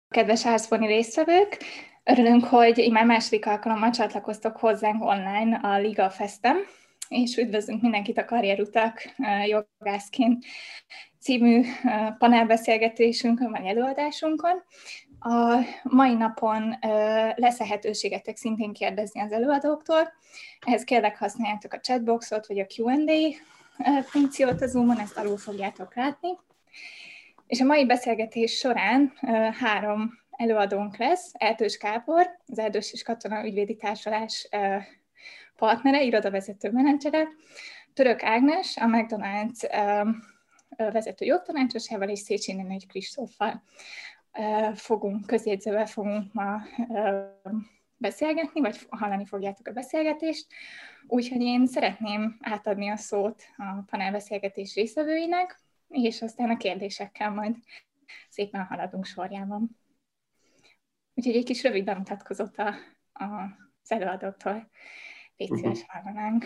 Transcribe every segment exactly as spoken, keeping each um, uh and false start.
Kedves Árszfoni résztvevők! Örülünk, hogy így már második alkalommal csatlakoztok hozzánk online a Liga Festem, és üdvözlünk mindenkit a Karrierutak jogászként című panelbeszélgetésünkön, vagy előadásunkon. A mai napon lesz lehetőségetek szintén kérdezni az előadóktól. Ehhez kérlek használjátok a chatboxot, vagy a Q and A funkciót a Zoomon, ezt alul fogjátok látni. És a mai beszélgetés során uh, három előadónk lesz: Erdős Gábor, az Erdős és Katona Ügyvédi Társulás uh, partnere, irodavezető menedzsere, Török Ágnes, a McDonald's uh, vezető jogtanácsosával, és Széchenyi Nagy Kristóffal uh, fogunk, közjegyzővel fogunk ma uh, beszélgetni, vagy hallani fogjátok a beszélgetést. Úgyhogy én szeretném átadni a szót a panelbeszélgetés résztvevőinek, és aztán a kérdésekkel majd szépen haladunk sorjában. Úgyhogy egy kis rövid bemutatkozott a, a, az előadóktól. Légy szíves, hallanánk.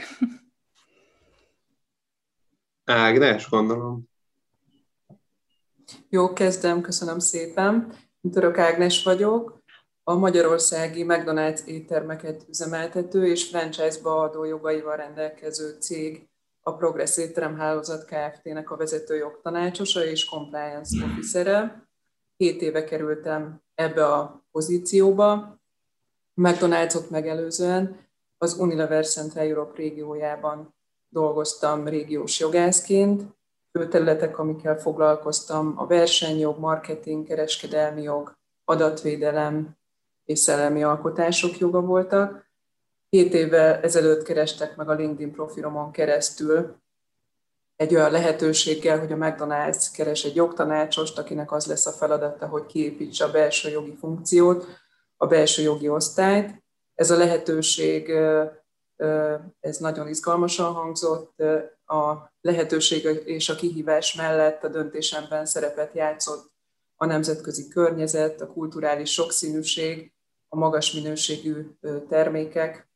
Ágnes, gondolom. Jó, kezdem, köszönöm szépen. Török Ágnes vagyok, a magyarországi McDonald's éttermeket üzemeltető és franchise-ba adó jogaival rendelkező cég, a Progress Étteremhálózat Kft-nek a vezető jogtanácsosa és compliance officere. Hét éve kerültem ebbe a pozícióba. McDonald's-ot megelőzően az Unilever Central Europe régiójában dolgoztam régiós jogászként. Fő területek, amikkel foglalkoztam, a versenyjog, marketing, kereskedelmi jog, adatvédelem és szellemi alkotások joga voltak. Hét évvel ezelőtt kerestek meg a LinkedIn profilomon keresztül egy olyan lehetőséggel, hogy a McDonald's keres egy jogtanácsost, akinek az lesz a feladata, hogy kiépítse a belső jogi funkciót, a belső jogi osztályt. Ez a lehetőség, ez nagyon izgalmasan hangzott. A lehetőség és a kihívás mellett a döntésemben szerepet játszott a nemzetközi környezet, a kulturális sokszínűség, a magas minőségű termékek,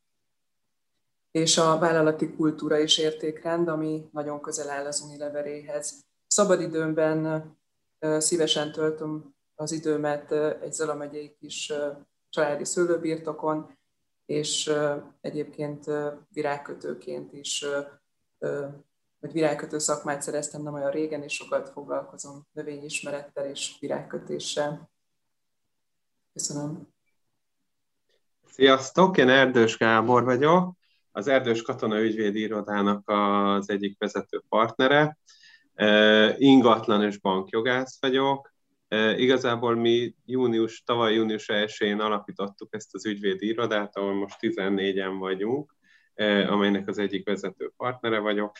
és a vállalati kultúra és értékrend, ami nagyon közel áll az Unileveréhez. Szabadidőmben szívesen töltöm az időmet egy Zala megyei kis családi szőlőbirtokon, és egyébként virágkötőként is, vagy virágkötő szakmát szereztem nem olyan régen, és sokat foglalkozom növényismerettel és virágkötéssel. Köszönöm. Sziasztok, én Erdős Gábor vagyok, az Erdős Katona Ügyvédi Irodának az egyik vezető partnere. Ingatlan és bankjogász vagyok. Igazából mi június, tavaly június elsején alapítottuk ezt az ügyvédi irodát, ahol most tizennégyen vagyunk, amelynek az egyik vezető partnere vagyok.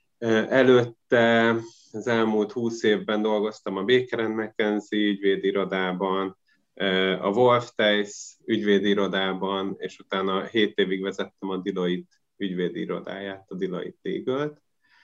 Előtte az elmúlt húsz évben dolgoztam a Baker and McKenzie ügyvédi irodában, a Wolf Tice ügyvédi irodában, és utána hét évig vezettem a Deloitte ügyvédi irodáját, a Deloitte Legal-t.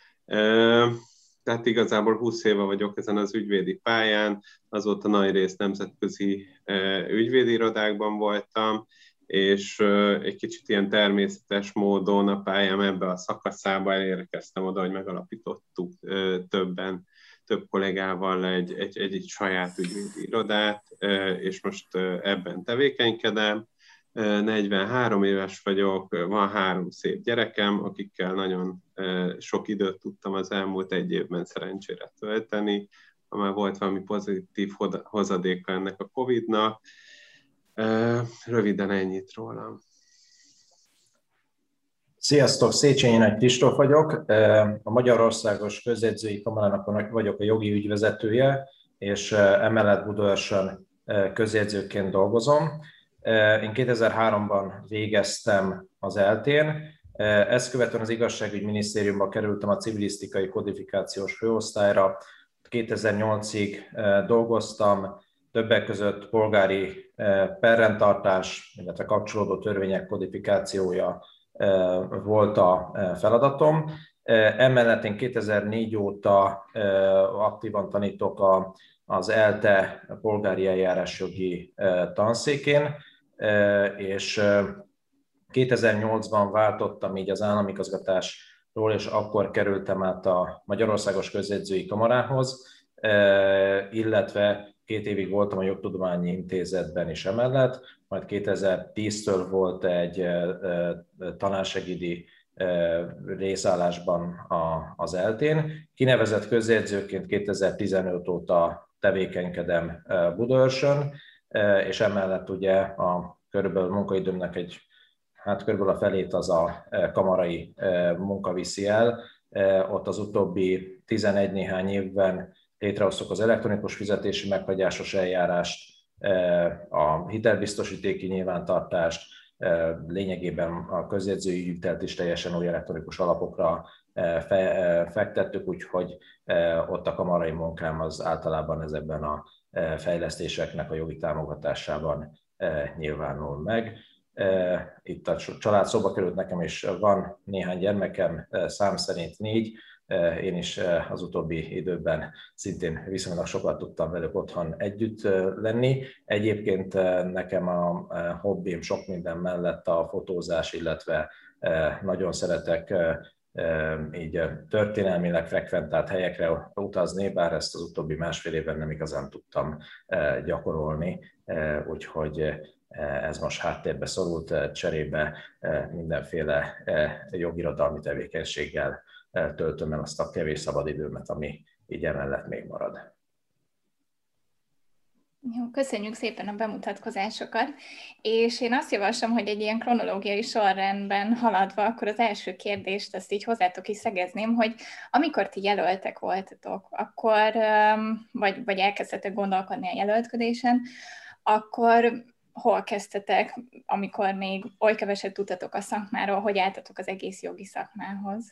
Tehát igazából húsz éve vagyok ezen az ügyvédi pályán, azóta nagy rész nemzetközi ügyvédi irodákban voltam, és egy kicsit ilyen természetes módon a pályám ebbe a szakaszába elérkeztem oda, hogy megalapítottuk többen, több kollégával egy, egy, egy, egy saját ügyvédi irodát, és most ebben tevékenykedem. negyvenhárom éves vagyok, van három szép gyerekem, akikkel nagyon sok időt tudtam az elmúlt egy évben szerencsére tölteni, ha már volt valami pozitív hozadéka ennek a Covidnak. Röviden ennyit rólam. Sziasztok, Széchenyi Nagy Kristóf vagyok, a Magyarországos Közjegyzői Kamarának vagyok a jogi ügyvezetője, és emellett Budaörsön közjegyzőként dolgozom. Én kétezer-háromban végeztem az eltén, ezt követően az Igazságügyminisztériumba kerültem a civilisztikai kodifikációs főosztályra. kétezer-nyolcig dolgoztam, többek között polgári perrendtartás, illetve kapcsolódó törvények kodifikációja volt a feladatom. Emellett én kétezer-négy óta aktívan tanítok az ELTE polgári eljárásjogi tanszékén, és kétezer-nyolcban váltottam így az államigazgatásról, és akkor kerültem át a Magyarországos Közjegyzői Kamarához, illetve két évig voltam a Jogtudományi Intézetben is emellett, majd kétezer-tíztől volt egy tanársegédi részállásban az eltén. Kinevezett közjegyzőként kétezer-tizenöt óta tevékenykedem Budaörsön, és emellett ugye a körülbelül munkaidőmnek egy, hát körülbelül a felét az a kamarai munka viszi el. Ott az utóbbi tizenegy néhány évben létrehoztuk az elektronikus fizetési meghagyásos eljárást, a hitelbiztosítéki nyilvántartást, lényegében a közjegyzői ügyvitelt is teljesen új elektronikus alapokra fektettük, úgyhogy ott a kamarai munkám az általában ezekben a fejlesztéseknek a jogi támogatásában nyilvánul meg. Itt a család szóba került nekem, és van néhány gyermekem, szám szerint négy. Én is az utóbbi időben szintén viszonylag sokat tudtam velük otthon együtt lenni. Egyébként nekem a hobbim sok minden mellett a fotózás, illetve nagyon szeretek így történelmileg frekventált helyekre utazni, bár ezt az utóbbi másfél évben nem igazán tudtam gyakorolni, úgyhogy ez most háttérbe szorult, cserébe mindenféle jogirodalmi tevékenységgel töltöm el azt a kevés szabadidőmet, ami így emellett még marad. Jó, köszönjük szépen a bemutatkozásokat, és én azt javaslom, hogy egy ilyen kronológiai sorrendben haladva, akkor az első kérdést azt így hozzátok is szegezném, hogy amikor ti jelöltek voltatok, akkor, vagy, vagy elkezdtetek gondolkodni a jelöltködésen, akkor hol kezdtetek, amikor még oly keveset tudtatok a szakmáról, hogy álltatok az egész jogi szakmához?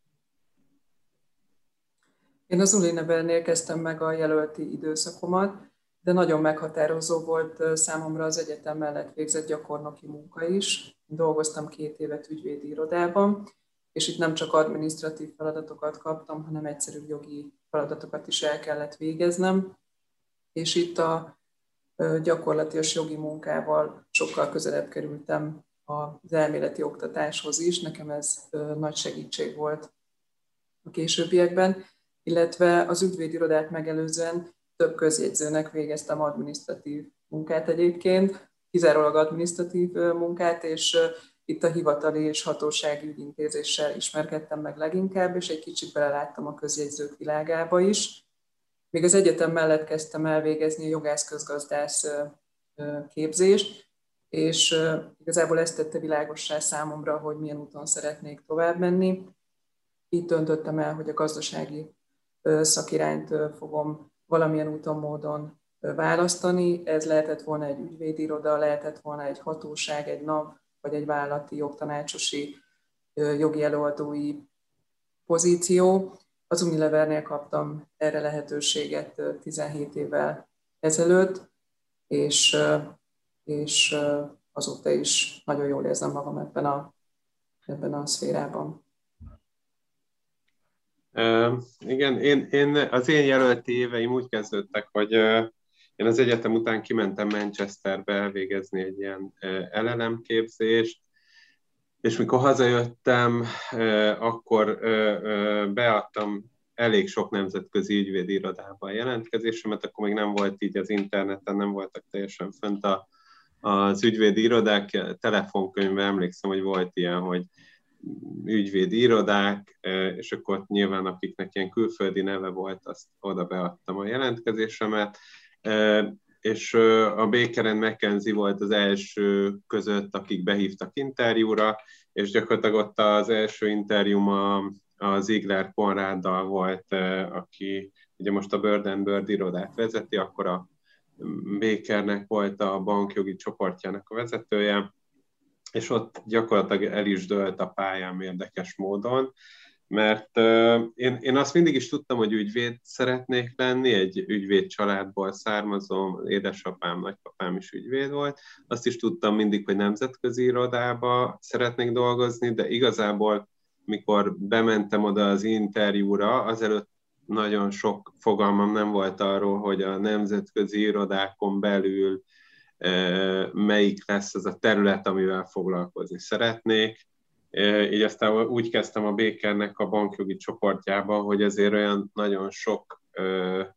Én az Unilevernél kezdtem meg a jelölti időszakomat, de nagyon meghatározó volt számomra az egyetem mellett végzett gyakornoki munka is. Dolgoztam két évet ügyvédi irodában, és itt nem csak adminisztratív feladatokat kaptam, hanem egyszerű jogi feladatokat is el kellett végeznem. És itt a gyakorlatias jogi munkával sokkal közelebb kerültem az elméleti oktatáshoz is. Nekem ez nagy segítség volt a későbbiekben, illetve az ügyvédirodát megelőzően több közjegyzőnek végeztem adminisztratív munkát egyébként, kizárólag adminisztratív munkát, és itt a hivatali és hatósági ügyintézéssel ismerkedtem meg leginkább, és egy kicsit beleláttam a közjegyzők világába is. Még az egyetem mellett kezdtem el végezni a jogász-közgazdász képzést, és igazából ezt tette világossá számomra, hogy milyen úton szeretnék tovább menni. Itt döntöttem el, hogy a gazdasági szakirányt fogom valamilyen úton, módon választani. Ez lehetett volna egy ügyvédiroda, lehetett volna egy hatóság, egy NAV, vagy egy vállalati jogtanácsosi jogi előadói pozíció. Az Unilevernél kaptam erre lehetőséget tizenhét évvel ezelőtt, és, és azóta is nagyon jól érzem magam ebben a, ebben a szférában. Uh, igen, én, én, az én jelölti éveim úgy kezdődtek, hogy uh, én az egyetem után kimentem Manchesterbe elvégezni egy ilyen uh, el el em képzést, és mikor hazajöttem, uh, akkor uh, uh, beadtam elég sok nemzetközi ügyvédi irodába a jelentkezésemet, akkor még nem volt így az interneten, nem voltak teljesen fönt a, az ügyvédi irodák, telefonkönyvben emlékszem, hogy volt ilyen, hogy ügyvédi irodák, és akkor nyilván akiknek ilyen külföldi neve volt, azt oda beadtam a jelentkezésemet, és a Baker and McKenzie volt az első között, akik behívtak interjúra, és gyakorlatilag ott az első interjúm a, a Ziegler Konráddal volt, aki ugye most a Bird and Bird irodát vezeti, akkor a Bakernek volt a bankjogi csoportjának a vezetője, és ott gyakorlatilag el is dőlt a pályám érdekes módon, mert uh, én, én azt mindig is tudtam, hogy ügyvéd szeretnék lenni, egy ügyvéd családból származom, édesapám, nagypapám is ügyvéd volt, azt is tudtam mindig, hogy nemzetközi irodába szeretnék dolgozni, de igazából, mikor bementem oda az interjúra, azelőtt nagyon sok fogalmam nem volt arról, hogy a nemzetközi irodákon belül melyik lesz az a terület, amivel foglalkozni szeretnék. Így aztán úgy kezdtem a Bakernek a bankjogi csoportjába, hogy azért olyan nagyon sok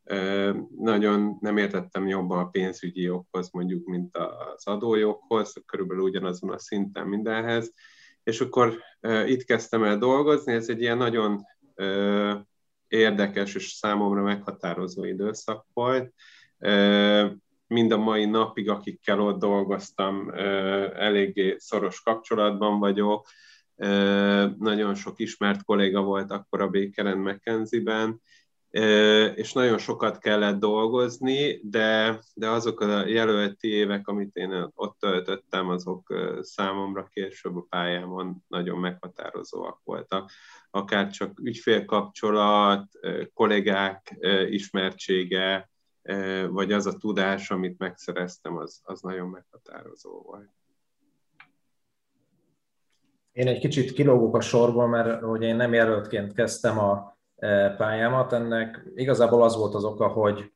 nagyon nem értettem jobban a pénzügyi joghoz, mondjuk, mint az adójoghoz, körülbelül ugyanazon a szinten mindenhez. És akkor itt kezdtem el dolgozni, ez egy ilyen nagyon érdekes és számomra meghatározó időszak volt. Mind a mai napig, akikkel ott dolgoztam, eléggé szoros kapcsolatban vagyok. Nagyon sok ismert kolléga volt akkor a Baker and McKenzie-ben, és nagyon sokat kellett dolgozni, de, de azok a jelölti évek, amit én ott töltöttem, azok számomra később a pályámon nagyon meghatározóak voltak. Akár csak ügyfélkapcsolat, kollégák ismertsége, vagy az a tudás, amit megszereztem, az, az nagyon meghatározó volt. Én egy kicsit kilógok a sorból, mert hogy én nem jelöltként kezdtem a pályámat. Ennek igazából az volt az oka, hogy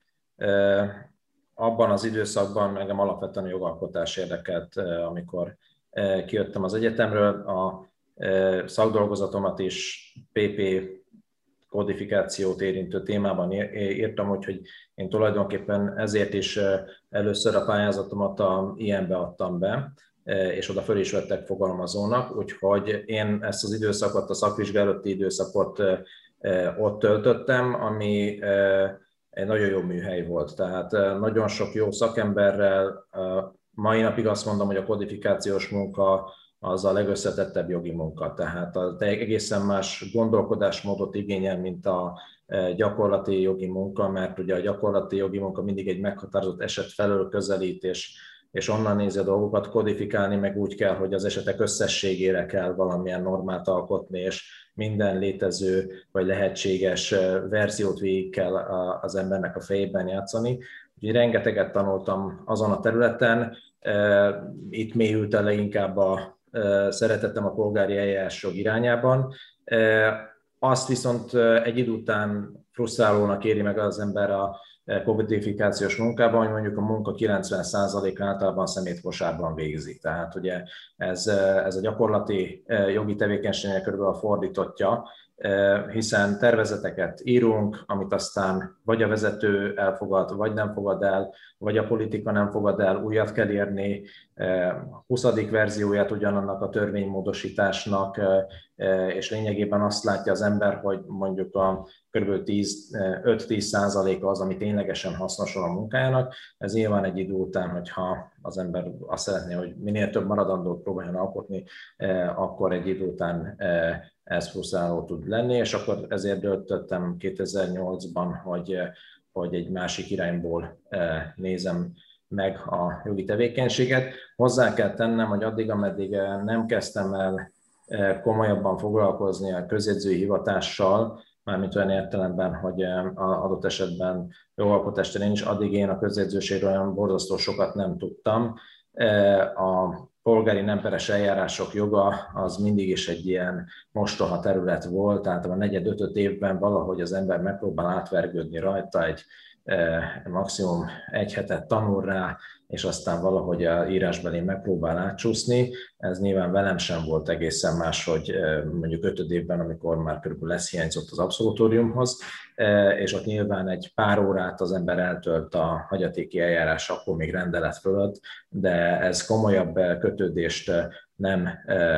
abban az időszakban engem alapvetően a jogalkotás érdekelt, amikor kijöttem az egyetemről. A szakdolgozatomat is pé pé kodifikációt érintő témában írtam, úgyhogy én tulajdonképpen ezért is először a pályázatomat a i em-be adtam be, és oda föl is vettek fogalmazónak, úgyhogy én ezt az időszakot, a szakvizsga előtti időszakot ott töltöttem, ami egy nagyon jó műhely volt. Tehát nagyon sok jó szakemberrel, mai napig azt mondom, hogy a kodifikációs munka az a legösszetettebb jogi munka. Tehát az egészen más gondolkodásmódot igényel, mint a gyakorlati jogi munka, mert ugye a gyakorlati jogi munka mindig egy meghatározott eset felől közelít, és, és onnan nézi a dolgokat, kodifikálni meg úgy kell, hogy az esetek összességére kell valamilyen normát alkotni, és minden létező vagy lehetséges verziót végig kell az embernek a fejében játszani. Úgyhogy rengeteget tanultam azon a területen, itt mélyült el leginkább a szeretettem a polgári eljárásjog irányában. Azt viszont egy idő után frusztrálónak éri meg az ember a kodifikációs munkában, hogy mondjuk a munka kilencven százaléka általában szemétkosárban végzi. Tehát ugye ez, ez a gyakorlati jogi tevékenységnek körülbelül a fordítottja, hiszen tervezeteket írunk, amit aztán vagy a vezető elfogad, vagy nem fogad el, vagy a politika nem fogad el, újat kell írni, huszadik verzióját ugyanannak a törvénymódosításnak, és lényegében azt látja az ember, hogy mondjuk a kb. öt-tíz százaléka az, ami ténylegesen hasznosul a munkájának. Ez nyilván egy idő után, hogyha az ember azt szeretné, hogy minél több maradandót próbáljon alkotni, akkor egy idő után ez frusztráló tud lenni, és akkor ezért döntöttem kétezer-nyolcban, hogy, hogy egy másik irányból nézem meg a jogi tevékenységet. Hozzá kell tennem, hogy addig, ameddig nem kezdtem el komolyabban foglalkozni a közjegyzői hivatással, mármint olyan értelemben, hogy adott esetben jogalkotás terén is, addig én a közjegyzőségről olyan borzasztó sokat nem tudtam. A polgári nem peres eljárások joga az mindig is egy ilyen mostoha terület volt, tehát a negyed-ötöt évben valahogy az ember megpróbál átvergődni rajta, egy maximum egy hetet tanul rá, és aztán valahogy a írásbeli megpróbál átcsúszni. Ez nyilván velem sem volt egészen más, hogy mondjuk ötöd évben, amikor már körülbelül lesz hiányzott az abszolutóriumhoz, és ott nyilván egy pár órát az ember eltölt a hagyatéki eljárás, akkor még rendelet fölött, de ez komolyabb kötődést nem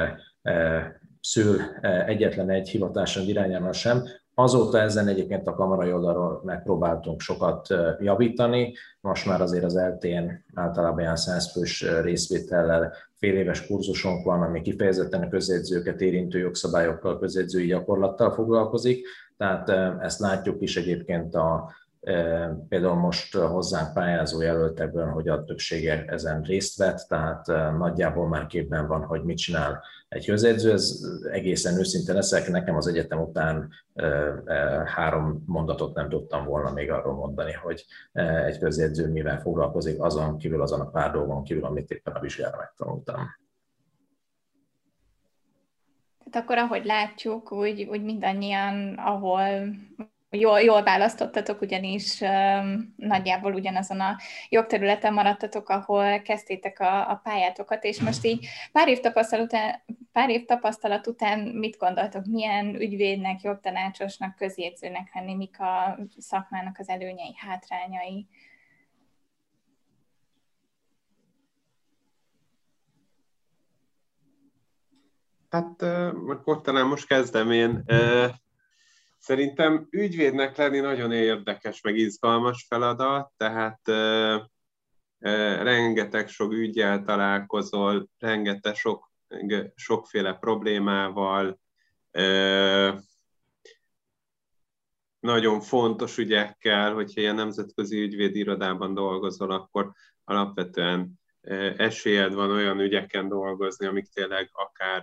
szül egyetlen egy hivatáson irányában sem. Azóta ezen egyébként a kamarai oldalról megpróbáltunk sokat javítani. Most már azért az el té en általában ilyen száz fős részvétellel fél éves kurzusunk van, ami kifejezetten a közjegyzőket érintő jogszabályokkal, közjegyzői gyakorlattal foglalkozik. Tehát ezt látjuk is egyébként a, például most hozzánk pályázó jelöltekből, hogy a többsége ezen részt vett, tehát nagyjából már képben van, hogy mit csinál egy közjegyző. Ez egészen őszinte leszek, nekem az egyetem után három mondatot nem tudtam volna még arról mondani, hogy egy közjegyző mivel foglalkozik, azon kívül, azon a pár dolgon kívül, amit éppen a vizsgára megtanultam. Tehát akkor, ahogy látjuk, úgy, úgy mindannyian, ahol jól, jól választottatok, ugyanis um, nagyjából ugyanazon a jogterületen maradtatok, ahol kezdtétek a, a pályátokat, és most így pár év, pár év tapasztalat után mit gondoltok, milyen ügyvédnek, jogtanácsosnak, közjegyzőnek lenni, mik a szakmának az előnyei, hátrányai? Hát akkor talán most kezdem én. Szerintem ügyvédnek lenni nagyon érdekes, meg izgalmas feladat, tehát rengeteg sok üggyel találkozol, rengeteg sok, sokféle problémával, nagyon fontos ügyekkel, hogyha ilyen nemzetközi ügyvédi irodában dolgozol, akkor alapvetően esélyed van olyan ügyeken dolgozni, amik tényleg akár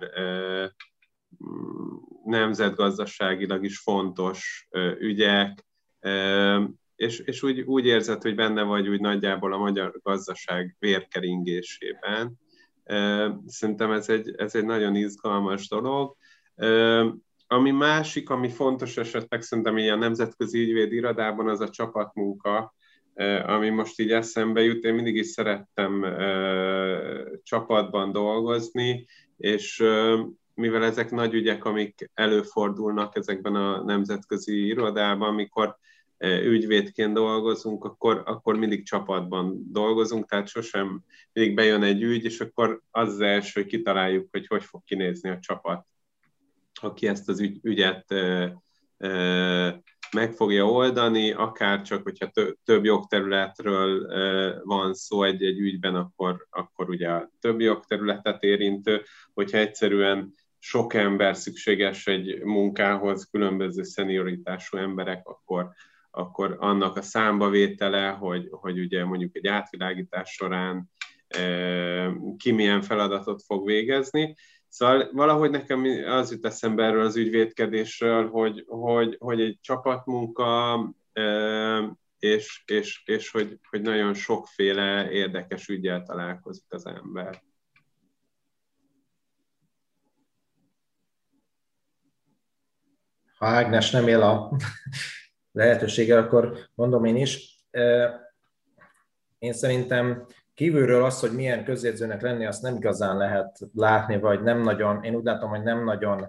nemzetgazdaságilag is fontos ügyek, és, és úgy, úgy érzed, hogy benne vagy úgy nagyjából a magyar gazdaság vérkeringésében. Szerintem ez egy, ez egy nagyon izgalmas dolog. Ami másik, ami fontos esetleg szerintem ilyen nemzetközi ügyvédi irodában, az a csapatmunka, ami most így eszembe jut. Én mindig is szerettem csapatban dolgozni, és mivel ezek nagy ügyek, amik előfordulnak ezekben a nemzetközi irodában, amikor ügyvédként dolgozunk, akkor, akkor mindig csapatban dolgozunk, tehát sosem mindig bejön egy ügy, és akkor az az első, hogy kitaláljuk, hogy hogy fog kinézni a csapat, aki ezt az ügy, ügyet e, e, meg fogja oldani, akár csak, hogyha több jogterületről e, van szó egy-egy ügyben, akkor, akkor ugye a több jogterületet érintő, hogyha egyszerűen sok ember szükséges egy munkához, különböző szenioritású emberek, akkor, akkor annak a számbavétele, hogy, hogy ugye mondjuk egy átvilágítás során e, ki milyen feladatot fog végezni. Szóval valahogy nekem az jut eszembe erről az ügyvédkedésről, hogy, hogy, hogy egy csapatmunka, és, és, és hogy, hogy nagyon sokféle érdekes üggyel találkozik az ember. Ha Ágnes nem él a lehetőséggel, akkor mondom én is. Én szerintem kívülről az, hogy milyen közjegyzőnek lenni, azt nem igazán lehet látni, vagy nem nagyon, én úgy látom, hogy nem nagyon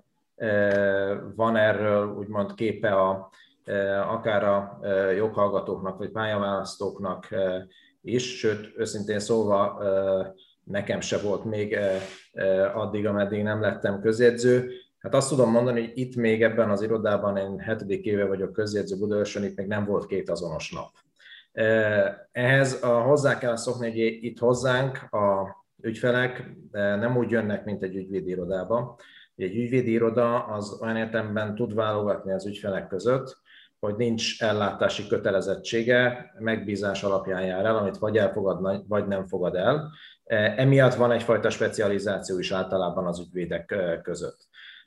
van erről úgymond képe a, akár a joghallgatóknak, vagy pályaválasztóknak is, sőt, őszintén szólva nekem se volt még addig, ameddig nem lettem közjegyző. Hát azt tudom mondani, hogy itt még ebben az irodában, én hetedik éve vagyok közjegyző Budaörsön, itt még nem volt két azonos nap. Ehhez hozzá kell szokni, hogy itt hozzánk a ügyfelek nem úgy jönnek, mint egy ügyvédi irodába. Egy ügyvédi iroda az olyan értelemben tud válogatni az ügyfelek között, hogy nincs ellátási kötelezettsége, megbízás alapján jár el, amit vagy elfogad, vagy nem fogad el. Emiatt van egyfajta specializáció is általában az ügyvédek között.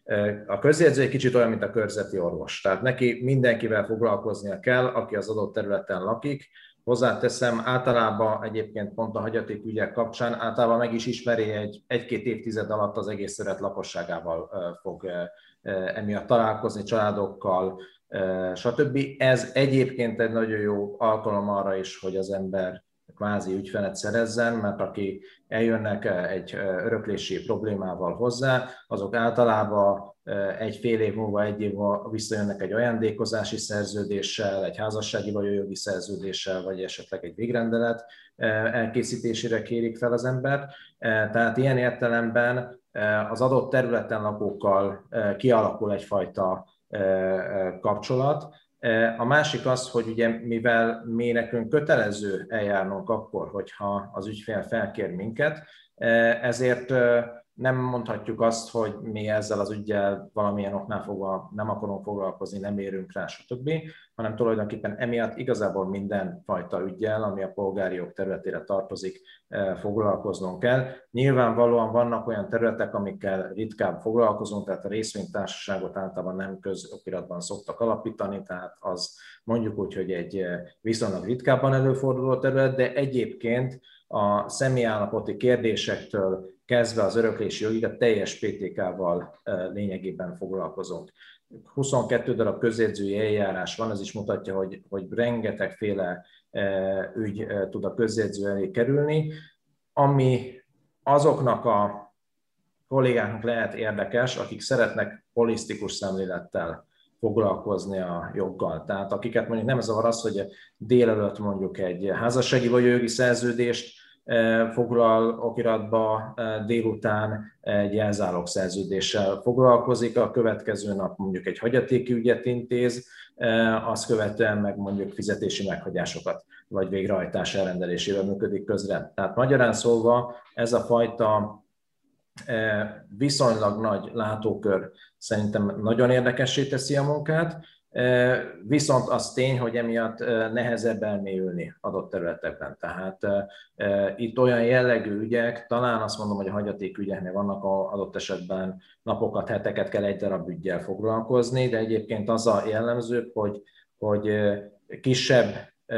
A közjegyző egy kicsit olyan, mint a körzeti orvos. Tehát neki mindenkivel foglalkoznia kell, aki az adott területen lakik. Hozzáteszem, általában egyébként pont a hagyatékügyek kapcsán általában meg is ismeri egy, egy-két évtized alatt az egész terület lakosságával fog emiatt találkozni, családokkal, stb. Ez egyébként egy nagyon jó alkalom arra is, hogy az ember kvázi ügyfelet szerezzen, mert aki eljönnek egy öröklési problémával hozzá, azok általában egy fél év múlva, egy év múlva visszajönnek egy ajándékozási szerződéssel, egy házassági vagyonjogi szerződéssel, vagy esetleg egy végrendelet elkészítésére kérik fel az embert. Tehát ilyen értelemben az adott területen lakókkal kialakul egyfajta kapcsolat. A másik az, hogy ugye mivel mi nekünk kötelező eljárnunk akkor, hogyha az ügyfél felkér minket, ezért nem mondhatjuk azt, hogy mi ezzel az üggyel valamilyen oknál fogva nem akarunk foglalkozni, nem érünk rá, stb., hanem tulajdonképpen emiatt igazából minden fajta üggyel, ami a polgári jog területére tartozik, foglalkoznunk kell. Nyilvánvalóan vannak olyan területek, amikkel ritkább foglalkozunk, tehát a részvénytársaságot általában nem közokiratban szoktak alapítani, tehát az mondjuk úgy, hogy egy viszonylag ritkábban előforduló terület, de egyébként a személyállapoti kérdésektől kezdve az öröklési jogig a teljes pé té ká-val lényegében foglalkozunk. huszonkettő darab közjegyzői eljárás van, ez is mutatja, hogy, hogy rengetegféle ügy tud a közjegyző elé kerülni, ami azoknak a kollégáknak lehet érdekes, akik szeretnek holisztikus szemlélettel foglalkozni a joggal. Tehát akiket mondjuk nem zavar az, hogy délelőtt mondjuk egy házassági vagy jogi szerződést foglal okiratba, délután egy jelzálog szerződéssel foglalkozik, a következő nap mondjuk egy hagyatéki ügyet intéz, azt követően meg mondjuk fizetési meghagyásokat vagy végrehajtás elrendelésével működik közre. Tehát magyarán szólva ez a fajta viszonylag nagy látókör szerintem nagyon érdekessé teszi a munkát, viszont az tény, hogy emiatt nehezebb elmélyülni adott területekben. Tehát itt olyan jellegű ügyek, talán azt mondom, hogy a hagyatékügyeknél vannak adott esetben napokat, heteket kell egy darab üggyel foglalkozni, de egyébként az a jellemző, hogy, hogy kisebb,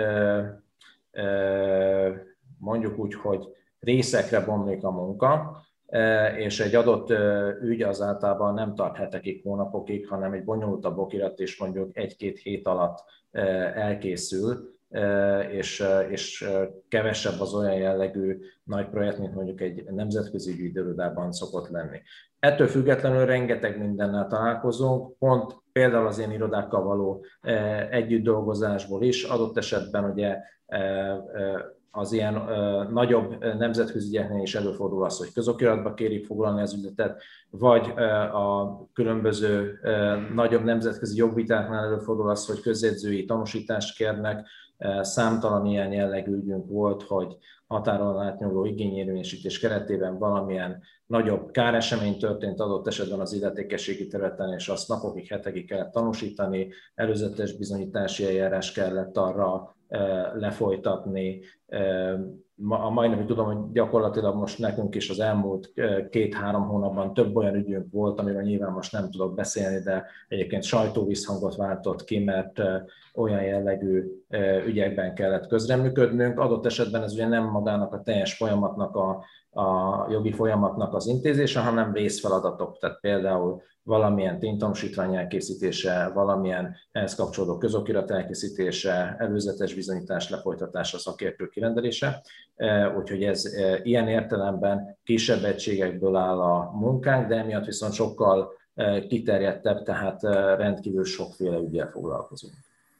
mondjuk úgy, hogy részekre bomlik a munka, és egy adott ügy az általában nem tart hetekig, hónapokig, hanem egy bonyolultabb okirat is mondjuk egy-két hét alatt elkészül, és, és kevesebb az olyan jellegű nagy projekt, mint mondjuk egy nemzetközi ügyirodában szokott lenni. Ettől függetlenül rengeteg mindennel találkozunk, pont például az én irodákkal való együtt dolgozásból is, adott esetben ugye az ilyen ö, nagyobb nemzetközi ügyeknél is előfordul az, hogy közokiratba kérik foglalni az ügyletet, vagy ö, a különböző ö, nagyobb nemzetközi jogvitáknál előfordul az, hogy közjegyzői tanúsítást kérnek. Számtalan ilyen jellegű ügyünk volt, hogy határon átnyúló igényérvényesítés keretében valamilyen nagyobb káresemény történt adott esetben az illetékességi területen, és azt napokig, hetekig kellett tanúsítani, előzetes bizonyítási eljárás kellett arra lefolytatni. A majdnem tudom, hogy gyakorlatilag most nekünk is az elmúlt két-három hónapban több olyan ügyünk volt, amiről nyilván most nem tudok beszélni, de egyébként sajtóvízhangot váltott ki, mert olyan jellegű ügyekben kellett közreműködnünk. Adott esetben ez ugye nem magának a teljes folyamatnak, a, a jogi folyamatnak az intézése, hanem részfeladatok, tehát például valamilyen ténytanúsítvány elkészítése, valamilyen ehhez kapcsolódó közokirat elkészítése, előzetes bizonyítás lefolytatása, szakértő kirendelése. Úgyhogy ez ilyen értelemben kisebb egységekből áll a munkánk, de emiatt viszont sokkal kiterjedtebb, tehát rendkívül sokféle üggyel foglalkozunk.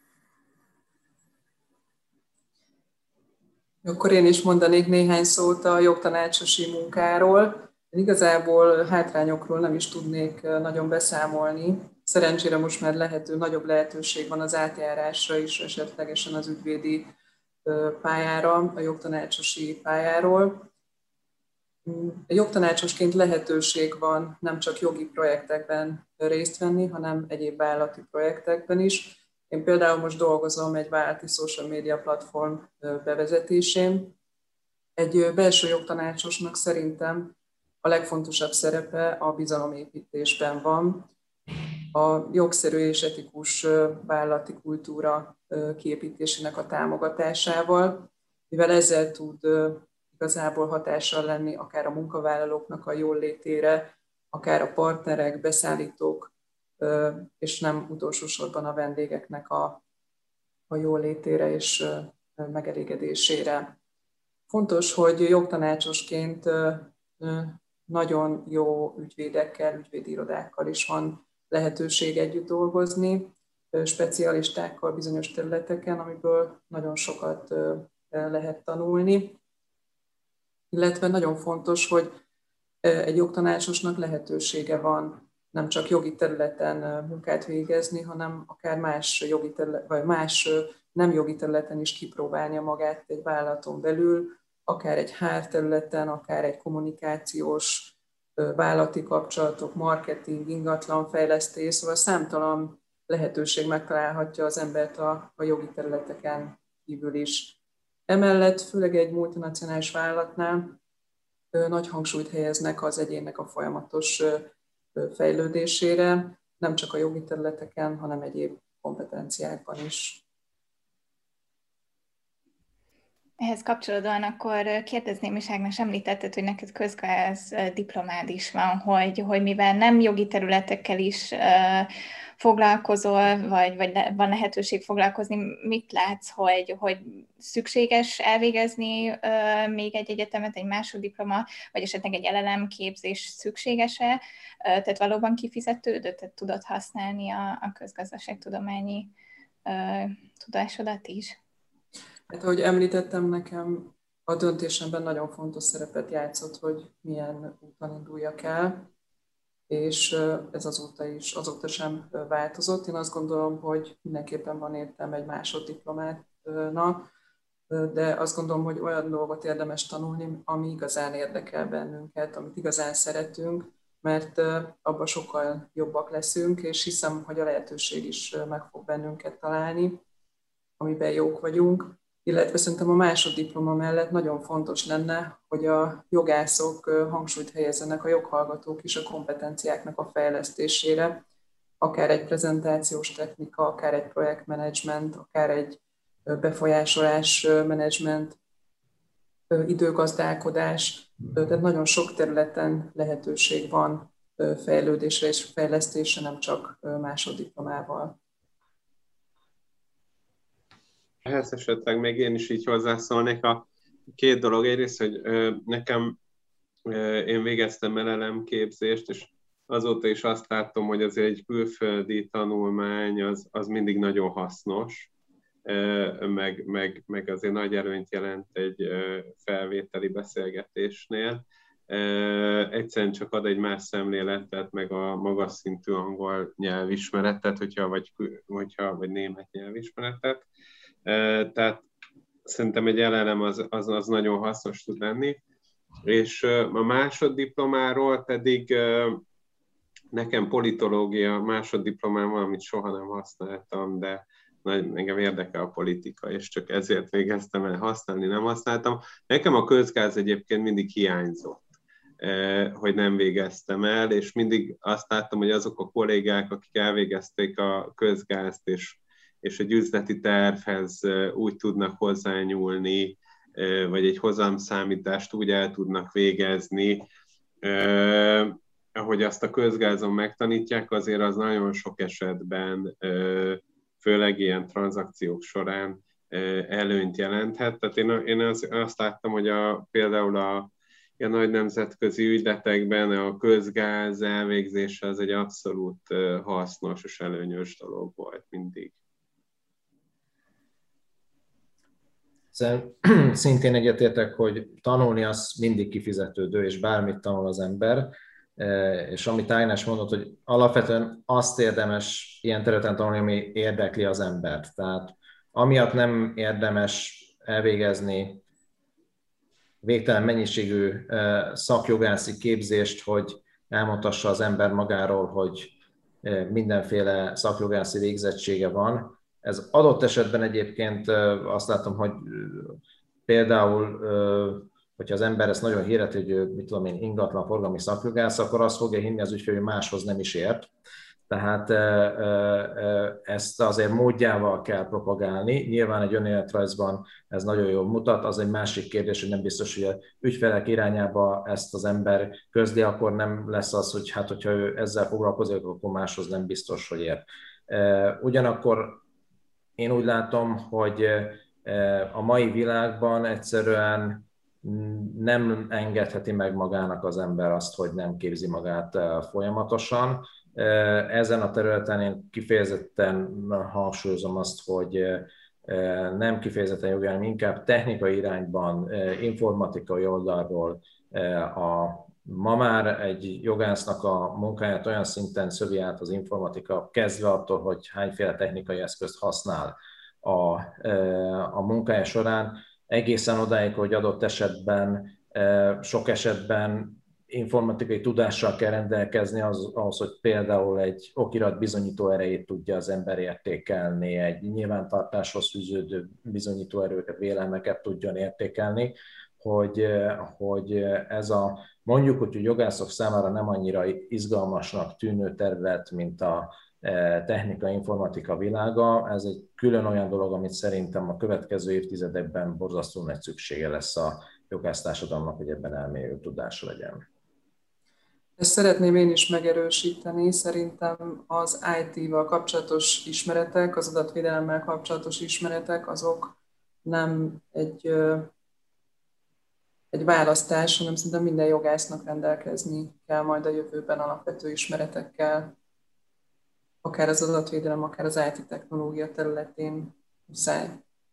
Akkor én is mondanék néhány szót a jogtanácsosi munkáról. Igazából hátrányokról nem is tudnék nagyon beszámolni. Szerencsére most már lehető, nagyobb lehetőség van az átjárásra is, esetlegesen az ügyvédi pályára, a jogtanácsosi pályáról. Jogtanácsosként lehetőség van nem csak jogi projektekben részt venni, hanem egyéb vállalati projektekben is. Én például most dolgozom egy vállalati social media platform bevezetésén. Egy belső jogtanácsosnak szerintem a legfontosabb szerepe a bizalomépítésben van, a jogszerű és etikus vállalati kultúra kiépítésének a támogatásával, mivel ezzel tud igazából hatással lenni akár a munkavállalóknak a jóllétére, akár a partnerek, beszállítók, és nem utolsó sorban a vendégeknek a, a jóllétére és megelégedésére. Fontos, hogy jogtanácsosként nagyon jó ügyvédekkel, ügyvédi irodákkal is van lehetőség együtt dolgozni, specialistákkal bizonyos területeken, amiből nagyon sokat lehet tanulni. Illetve nagyon fontos, hogy egy jogtanácsosnak lehetősége van nem csak jogi területen munkát végezni, hanem akár más jogi terület, vagy más nem jogi területen is kipróbálnia magát egy vállalaton belül, akár egy há er területen, akár egy kommunikációs, vállalati kapcsolatok, marketing, ingatlanfejlesztés, szóval számtalan lehetőség megtalálhatja az embert a, a jogi területeken kívül is. Emellett, főleg egy multinacionális vállalatnál nagy hangsúlyt helyeznek az egyénnek a folyamatos fejlődésére, nem csak a jogi területeken, hanem egyéb kompetenciákban is. Ehhez kapcsolódóan akkor kérdezném is, Ágnes, említetted, hogy neked közgáz diplomád is van, hogy, hogy mivel nem jogi területekkel is uh, foglalkozol, vagy, vagy le, van lehetőség foglalkozni, mit látsz, hogy, hogy szükséges elvégezni uh, még egy egyetemet, egy másoddiploma, vagy esetleg egy el el em képzés szükséges-e? Uh, tehát valóban kifizetődött, tehát tudod használni a, a közgazdaságtudományi uh, tudásodat is? Hát, ahogy említettem, nekem a döntésemben nagyon fontos szerepet játszott, hogy milyen úton induljak el, és ez azóta is, azóta sem változott. Én azt gondolom, hogy mindenképpen van értelme egy másoddiplomának, de azt gondolom, hogy olyan dolgot érdemes tanulni, ami igazán érdekel bennünket, amit igazán szeretünk, mert abban sokkal jobbak leszünk, és hiszem, hogy a lehetőség is meg fog bennünket találni, amiben jók vagyunk. Illetve szerintem a másoddiploma mellett nagyon fontos lenne, hogy a jogászok hangsúlyt helyezzenek a joghallgatók is a kompetenciáknak a fejlesztésére, akár egy prezentációs technika, akár egy projektmenedzsment, akár egy befolyásolás menedzsment, időgazdálkodás. Tehát nagyon sok területen lehetőség van fejlődésre és fejlesztésre, nem csak másoddiplomával. Ehhez esetleg még én is így hozzászólnék. A két dolog. Egyrészt, hogy ö, nekem ö, én végeztem el el em képzést, és azóta is azt látom, hogy azért egy külföldi tanulmány az, az mindig nagyon hasznos, ö, meg, meg, meg azért nagy előnyt jelent egy ö, felvételi beszélgetésnél. Ö, egyszerűen csak ad egy más szemléletet, meg a magas szintű angol nyelvismeretet, hogyha, vagy, hogyha, vagy német nyelvismeretet. Tehát szerintem egy el el em az, az, az nagyon hasznos tud lenni. És a másoddiplomáról pedig nekem politológia másoddiplomám van, amit soha nem használtam, de engem érdekel a politika, és csak ezért végeztem el, használni nem használtam. Nekem a közgáz egyébként mindig hiányzott, hogy nem végeztem el, és mindig azt láttam, hogy azok a kollégák, akik elvégezték a közgázt, és és egy üzleti tervhez úgy tudnak hozzányúlni, vagy egy hozamszámítást úgy el tudnak végezni, ahogy azt a közgázon megtanítják, azért az nagyon sok esetben, főleg ilyen tranzakciók során előnyt jelenthet. Tehát én, én az, azt láttam, hogy a, például a a nagy nemzetközi ügyletekben a közgáz elvégzése az egy abszolút hasznos és előnyös dolog volt mindig. Szintén egyetértek, hogy tanulni az mindig kifizetődő, és bármit tanul az ember, és amit Ágnes mondott, hogy alapvetően azt érdemes ilyen területen tanulni, ami érdekli az embert. Tehát amiatt nem érdemes elvégezni végtelen mennyiségű szakjogászi képzést, hogy elmondhassa az ember magáról, hogy mindenféle szakjogászi végzettsége van. Ez adott esetben egyébként azt látom, hogy például, hogyha az ember ezt nagyon hirdet, hogy mit tudom én, ingatlan forgalmi szakjogász, akkor azt fogja hinni az ügyfél, hogy máshoz nem is ért. Tehát ezt azért módjával kell propagálni. Nyilván egy önéletrajzban ez nagyon jól mutat, az egy másik kérdés, hogy nem biztos, hogy a ügyfelek irányába ezt az ember közli, akkor nem lesz az, hogy hát, hogyha ő ezzel foglalkozik, akkor máshoz nem biztos, hogy ért. Ugyanakkor én úgy látom, hogy a mai világban egyszerűen nem engedheti meg magának az ember azt, hogy nem képzi magát folyamatosan. Ezen a területen én kifejezetten hangsúlyozom azt, hogy nem kifejezetten jogi, hanem inkább technikai irányban, informatikai oldalról a ma már egy jogásznak a munkáját olyan szinten szövi át az informatika, kezdve attól, hogy hányféle technikai eszközt használ a, a munkája során, egészen odáig, hogy adott esetben, sok esetben informatikai tudással kell rendelkezni az, ahhoz, hogy például egy okirat bizonyító erejét tudja az ember értékelni, egy nyilvántartáshoz fűződő bizonyító erőket, vélelmeket tudjon értékelni. hogy, hogy ez a mondjuk, hogy jogászok számára nem annyira izgalmasnak tűnő terület, mint a technika, informatika világa, ez egy külön olyan dolog, amit szerintem a következő évtizedekben borzasztó nagy szüksége lesz a jogásztársadalomnak, hogy ebben elmélyülő tudása legyen. Ezt szeretném én is megerősíteni. Szerintem az í té-val kapcsolatos ismeretek, az adatvédelemmel kapcsolatos ismeretek, azok nem egy, egy választás, hanem szerintem minden jogásznak rendelkezni kell majd a jövőben alapvető ismeretekkel, akár az adatvédelem, akár az í té technológia területén muszáj.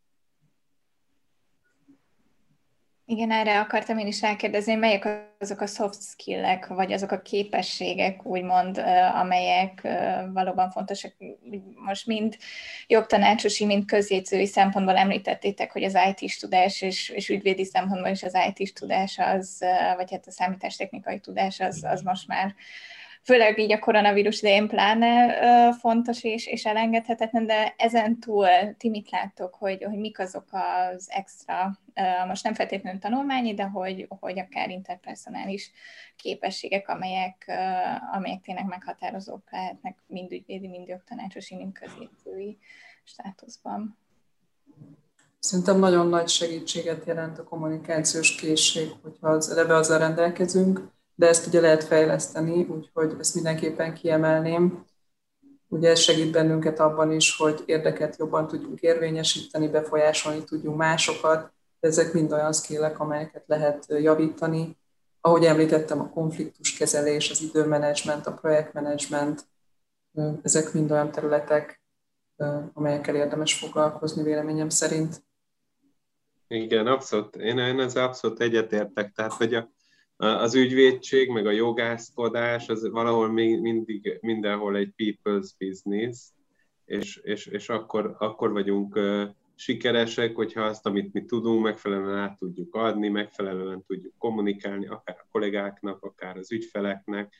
Igen, erre akartam én is rákérdezni, melyek azok a soft skill-ek, vagy azok a képességek, úgymond, amelyek valóban fontosak. Most mind jogtanácsosi, mind közjegyzői szempontból említettétek, hogy az í té-s tudás és, és ügyvédi szempontból is az í té-s tudás, az, vagy hát a számítástechnikai tudás, az, az most már főleg így a koronavírus idején pláne fontos és, és elengedhetetlen, de ezen túl ti mit láttok, hogy, hogy mik azok az extra, most nem feltétlenül tanulmányi, de hogy, hogy akár interpersonális képességek, amelyek, amelyek tényleg meghatározók lehetnek mind ügyvédi, mind jogtanácsosi, mind közjegyzői státuszban. Szerintem nagyon nagy segítséget jelent a kommunikációs készség, hogyha az, eleve azzal rendelkezünk, de ezt ugye lehet fejleszteni, úgyhogy ezt mindenképpen kiemelném. Ugye ez segít bennünket abban is, hogy érdeket jobban tudjunk érvényesíteni, befolyásolni tudjunk másokat, de ezek mind olyan skillek, amelyeket lehet javítani. Ahogy említettem, a konfliktuskezelés, az időmenedzsment, a projektmenedzsment, ezek mind olyan területek, amelyekkel érdemes foglalkozni véleményem szerint. Igen, abszolút. Én, én ezzel abszolút egyetértek. Tehát, hogy a Az ügyvédség, meg a jogászkodás, az valahol még mindig mindenhol egy people's business, és, és, és akkor, akkor vagyunk uh, sikeresek, hogyha azt, amit mi tudunk, megfelelően át tudjuk adni, megfelelően tudjuk kommunikálni, akár a kollégáknak, akár az ügyfeleknek,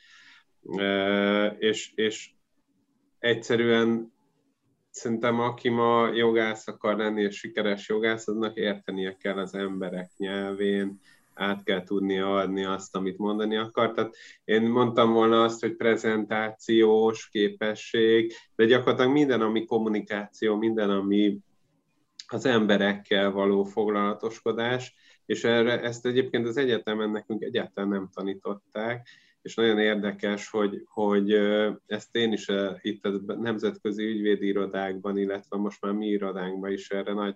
uh, és, és egyszerűen szerintem aki ma jogász akar lenni, és sikeres jogász, aznak értenie kell az emberek nyelvén, át kell tudnia adni azt, amit mondani akar. Tehát én mondtam volna azt, hogy prezentációs képesség, de gyakorlatilag minden, ami kommunikáció, minden, ami az emberekkel való foglalatoskodás, és erre, ezt egyébként az egyetemen nekünk egyáltalán nem tanították, és nagyon érdekes, hogy, hogy ezt én is itt a nemzetközi ügyvédi irodákban, illetve most már mi irodánkban is erre nagy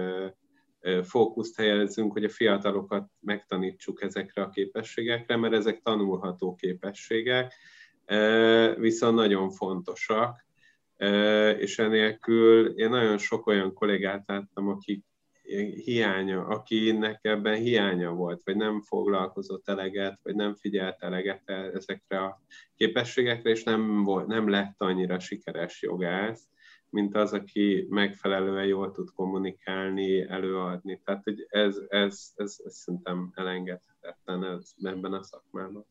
fókuszt helyezünk, hogy a fiatalokat megtanítsuk ezekre a képességekre, mert ezek tanulható képességek, viszont nagyon fontosak, és enélkül én nagyon sok olyan kollégát láttam, akik hiánya, akinek ebben hiánya volt, vagy nem foglalkozott eleget, vagy nem figyelt eleget ezekre a képességekre, és nem, volt, nem lett annyira sikeres jogász, mint az, aki megfelelően jól tud kommunikálni, előadni. Tehát hogy ez, ez, ez, ez szerintem elengedhetetlen ez, ebben a szakmában.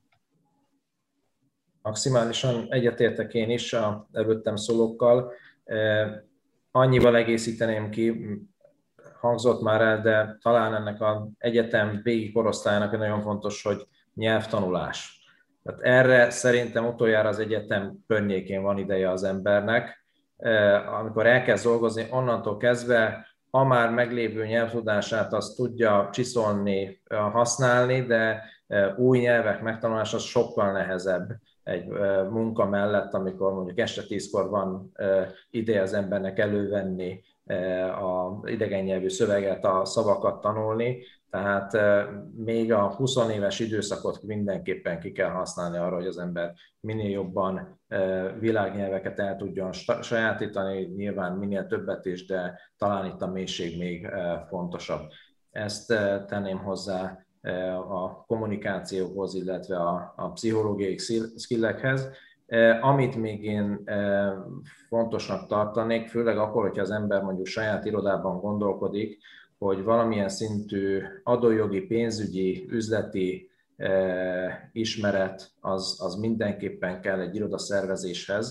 Maximálisan egyetértek én is a előttem szólókkal. Annyival egészíteném ki, hangzott már el, de talán ennek az egyetem végig korosztályának nagyon fontos, hogy nyelvtanulás. Tehát erre szerintem utoljára az egyetem környékén van ideje az embernek, amikor elkezd dolgozni, onnantól kezdve a már meglévő nyelvtudását azt tudja csiszolni, használni, de új nyelvek megtanulása az sokkal nehezebb egy munka mellett, amikor mondjuk este tízkor van ideje az embernek elővenni az idegen nyelvű szöveget, a szavakat tanulni, tehát még a húsz éves időszakot mindenképpen ki kell használni arra, hogy az ember minél jobban világnyelveket el tudjon sajátítani, nyilván minél többet is, de talán itt a mélység még fontosabb. Ezt tenném hozzá a kommunikációhoz, illetve a, a pszichológiai skillekhez. Amit még én fontosnak tartanék, főleg akkor, hogyha az ember mondjuk saját irodában gondolkodik, hogy valamilyen szintű adójogi, pénzügyi, üzleti ismeret az, az mindenképpen kell egy irodaszervezéshez,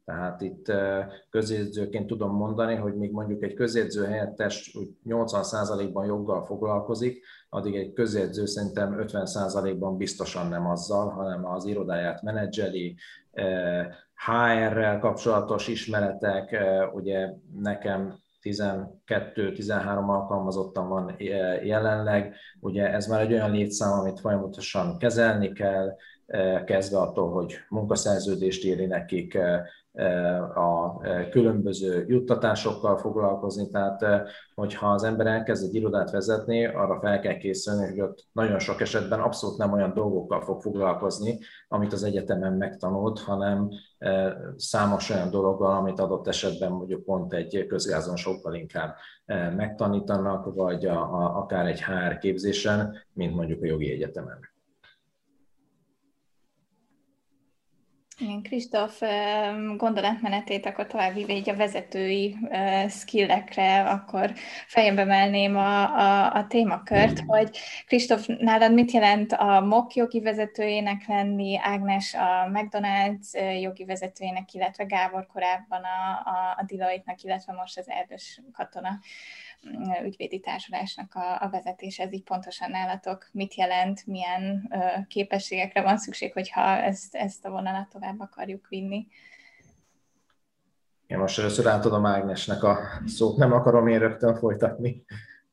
Tehát itt közjegyzőként tudom mondani, hogy még mondjuk egy közjegyző helyettes nyolcvan százalékban joggal foglalkozik, addig egy közjegyző szerintem ötven százalékban biztosan nem azzal, hanem az irodáját menedzseli, há er-rel kapcsolatos ismeretek, ugye nekem tizenkettő-tizenhárom alkalmazottan van jelenleg, ugye ez már egy olyan létszám, amit folyamatosan kezelni kell, kezdve attól, hogy munkaszerződést írni nekik, a különböző juttatásokkal foglalkozni, tehát hogyha az ember elkezd egy irodát vezetni, arra fel kell készülni, hogy ott nagyon sok esetben abszolút nem olyan dolgokkal fog foglalkozni, amit az egyetemen megtanult, hanem számos olyan dologgal, amit adott esetben mondjuk pont egy közgázon sokkal inkább megtanítanak, vagy a, a, akár egy há er képzésen, mint mondjuk a jogi egyetemen. Igen, Kristóf gondolatmenetét akkor tovább víve így a vezetői skillekre, akkor fejembe emelném a, a, a témakört, hogy Kristóf, nálad mit jelent a MOK jogi vezetőjének lenni, Ágnes a McDonald's jogi vezetőjének, illetve Gábor korábban a, a, a Deloitte-nak, illetve most az Erdős Katona ügyvédi társulásnak a, a vezetése, ez így pontosan nálatok mit jelent, milyen ö, képességekre van szükség, hogyha ezt, ezt a vonalat tovább akarjuk vinni. Én most először átadom Ágnesnek a szót, nem akarom én rögtön folytatni.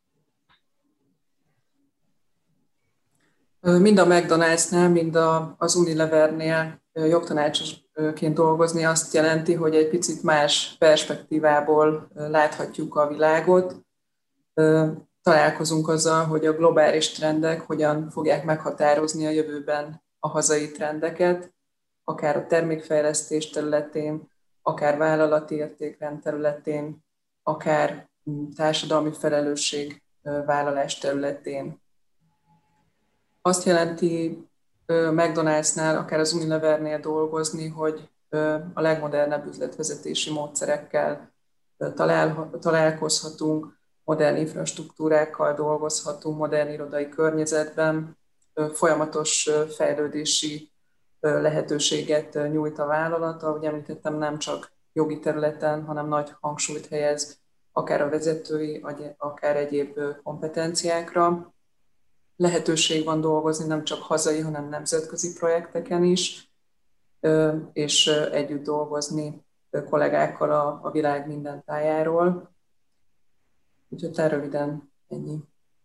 Mind a McDonald'snál, mind a, az Unilevernél jogtanácsosként dolgozni azt jelenti, hogy egy picit más perspektívából láthatjuk a világot. Találkozunk azzal, hogy a globális trendek hogyan fogják meghatározni a jövőben a hazai trendeket, akár a termékfejlesztés területén, akár vállalati értékrend területén, akár társadalmi felelősségvállalás területén. Azt jelenti McDonald'snál, akár az Unilevernél dolgozni, hogy a legmodernebb üzletvezetési módszerekkel talál, találkozhatunk, modern infrastruktúrákkal dolgozhatunk, modern irodai környezetben, folyamatos fejlődési lehetőséget nyújt a vállalat. Ahogy említettem, nem csak jogi területen, hanem nagy hangsúlyt helyez akár a vezetői, akár egyéb kompetenciákra. Lehetőség van dolgozni nem csak hazai, hanem nemzetközi projekteken is, és együtt dolgozni kollégákkal a, a világ minden tájáról. Úgyhogy tehát röviden ennyi.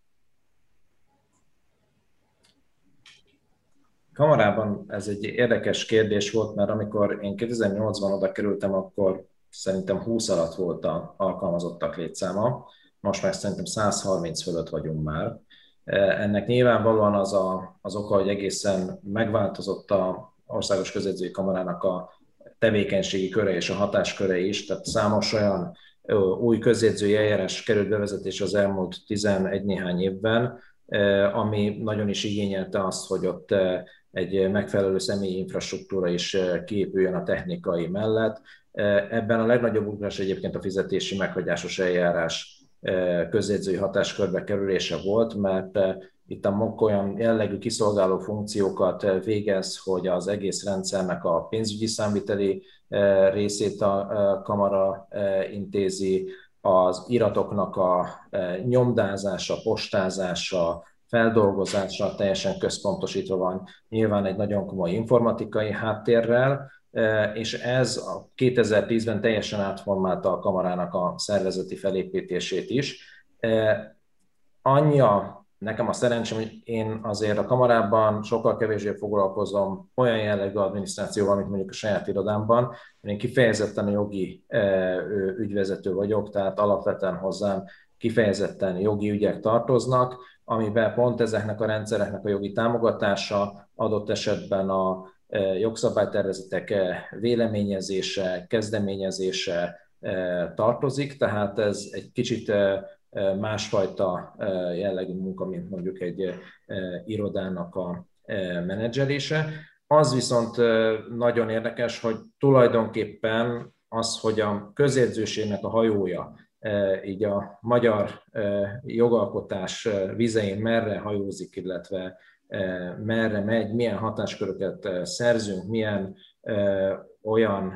Kamarában ez egy érdekes kérdés volt, mert amikor én kétezer-nyolcban oda kerültem, akkor szerintem húsz alatt volt az alkalmazottak létszáma, most már szerintem száz harminc fölött vagyunk már. Ennek nyilvánvalóan az a, az oka, hogy egészen megváltozott az Országos Közjegyzői Kamarának a tevékenységi köre és a hatásköre is, tehát számos olyan új közjegyzői eljárás került bevezetésre az elmúlt tizenegy néhány évben, ami nagyon is igényelte azt, hogy ott egy megfelelő személyi infrastruktúra is kiépüljön a technikai mellett. Ebben a legnagyobb ugrás egyébként a fizetési meghagyásos eljárás közjegyzői hatáskörbe kerülése volt, mert itt a MOK olyan jellegű kiszolgáló funkciókat végez, hogy az egész rendszernek a pénzügyi számviteli részét a kamara intézi, az iratoknak a nyomdázása, postázása, feldolgozása teljesen központosítva van, nyilván egy nagyon komoly informatikai háttérrel, és ez a kétezer-tízben teljesen átformálta a kamarának a szervezeti felépítését is. Annyi a nekem a szerencsém, hogy én azért a kamarában sokkal kevésbé foglalkozom olyan jellegű adminisztrációval, mint mondjuk a saját irodámban. Én kifejezetten a jogi ügyvezető vagyok, tehát alapvetően hozzám kifejezetten jogi ügyek tartoznak, amiben pont ezeknek a rendszereknek a jogi támogatása, adott esetben a jogszabálytervezetek véleményezése, kezdeményezése tartozik, tehát ez egy kicsit másfajta jellegű munka, mint mondjuk egy irodának a menedzselése. Az viszont nagyon érdekes, hogy tulajdonképpen az, hogy a közjegyzőségnek a hajója így a magyar jogalkotás vizein merre hajózik, illetve merre megy, milyen hatásköröket szerzünk, milyen olyan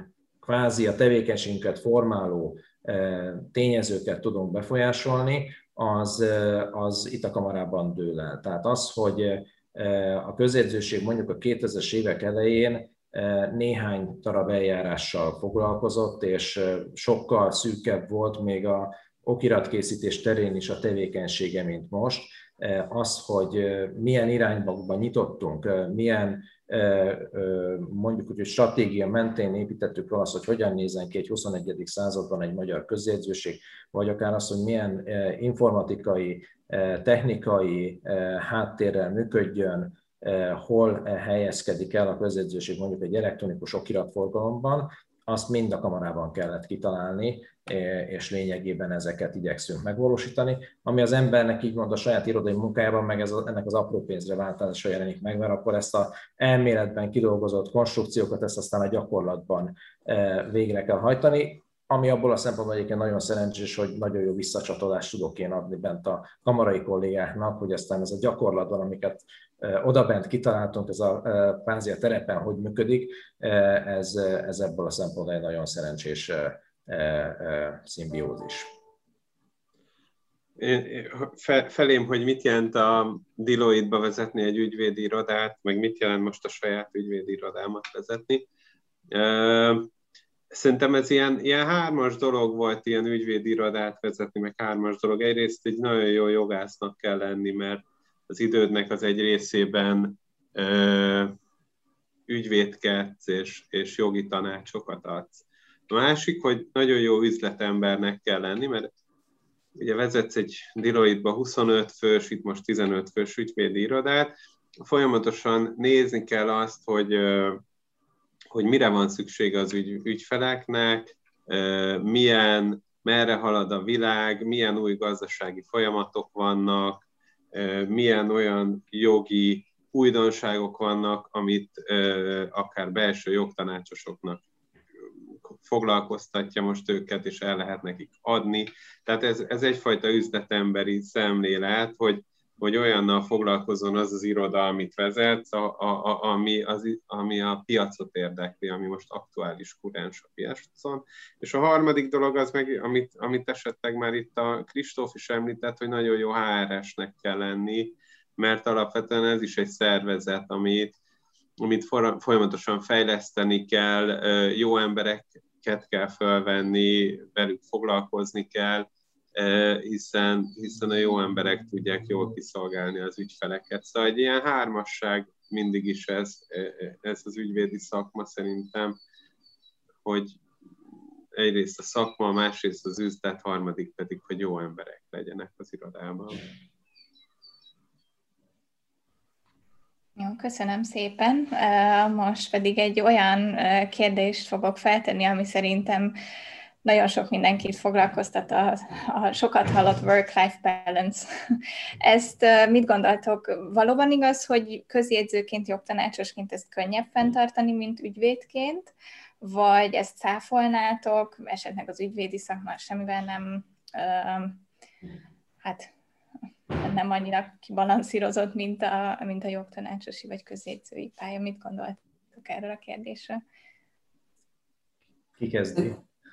kvázi a tevékenységünket formáló tényezőket tudunk befolyásolni, az, az itt a kamarában dől el. Tehát az, hogy a közjegyzőség mondjuk a kétezres évek elején néhány darab eljárással foglalkozott, és sokkal szűkebb volt még a okiratkészítés terén is a tevékenysége, mint most. Az, hogy milyen irányba nyitottunk, milyen mondjuk úgy, hogy stratégia mentén építettük fel azt, hogy hogyan nézzen ki egy huszonegyedik században egy magyar közjegyzőség, vagy akár az, hogy milyen informatikai, technikai háttérrel működjön, hol helyezkedik el a közjegyzőség mondjuk egy elektronikus okiratforgalomban, azt mind a kamarában kellett kitalálni, és lényegében ezeket igyekszünk megvalósítani, ami az embernek így mond a saját irodai munkájában, meg ez, ennek az apró pénzre váltása jelenik meg, mert akkor ezt az elméletben kidolgozott konstrukciókat, ezt aztán a gyakorlatban végre kell hajtani, ami abból a szempontból egyébként nagyon szerencsés, hogy nagyon jó visszacsatolást tudok én adni bent a kamarai kollégáknak, hogy aztán ez a gyakorlatban, amiket odabent kitaláltunk, ez a kvázi a terepen hogy működik, ez, ez ebből a szempontból egy nagyon szerencsés szimbiózis. Felém, hogy mit jelent a Deloitte-ba vezetni egy ügyvédi irodát, meg mit jelent most a saját ügyvédi irodámat vezetni. Szerintem ez ilyen, ilyen hármas dolog volt, ilyen ügyvédi irodát vezetni, meg hármas dolog. Egyrészt egy nagyon jó jogásznak kell lenni, mert az idődnek az egy részében ö, ügyvédkedsz és, és jogi tanácsokat adsz. A másik, hogy nagyon jó üzletembernek kell lenni, mert ugye vezetsz egy Deloitte-ba huszonöt fős, itt most tizenöt fős ügyvédi irodát, folyamatosan nézni kell azt, hogy, hogy mire van szüksége az ügy, ügyfeleknek, milyen, merre halad a világ, milyen új gazdasági folyamatok vannak, milyen olyan jogi újdonságok vannak, amit akár belső jogtanácsosoknak foglalkoztatja most őket, és el lehet nekik adni. Tehát ez, ez egyfajta üzletemberi szemlélet, hogy, hogy olyannal foglalkozzon az az iroda, amit vezetsz, a, a, ami, az, ami a piacot érdekli, ami most aktuális kurens a piacon. És a harmadik dolog az meg, amit, amit esetleg már itt a Kristóf is említett, hogy nagyon jó há er es-nek kell lenni, mert alapvetően ez is egy szervezet, amit, amit folyamatosan fejleszteni kell, jó embereket kell felvenni, velük foglalkozni kell, hiszen, hiszen a jó emberek tudják jól kiszolgálni az ügyfeleket. Szóval egy ilyen hármasság mindig is ez, ez az ügyvédi szakma szerintem, hogy egyrészt a szakma, másrészt az üzlet, harmadik pedig, hogy jó emberek legyenek az irodában. Jó, köszönöm szépen. Most pedig egy olyan kérdést fogok feltenni, ami szerintem nagyon sok mindenkit foglalkoztat, a, a sokat hallott work-life balance. Ezt mit gondoltok? Valóban igaz, hogy közjegyzőként, jogtanácsosként ezt könnyebb fenntartani, mint ügyvédként? Vagy ezt cáfolnátok, esetleg az ügyvédi szakma semmivel nem, hát nem annyira kibalanszírozott, mint a, mint a jogtanácsosi vagy közjegyzői pálya. Mit gondoltok erről a kérdésről? Ki kezdi?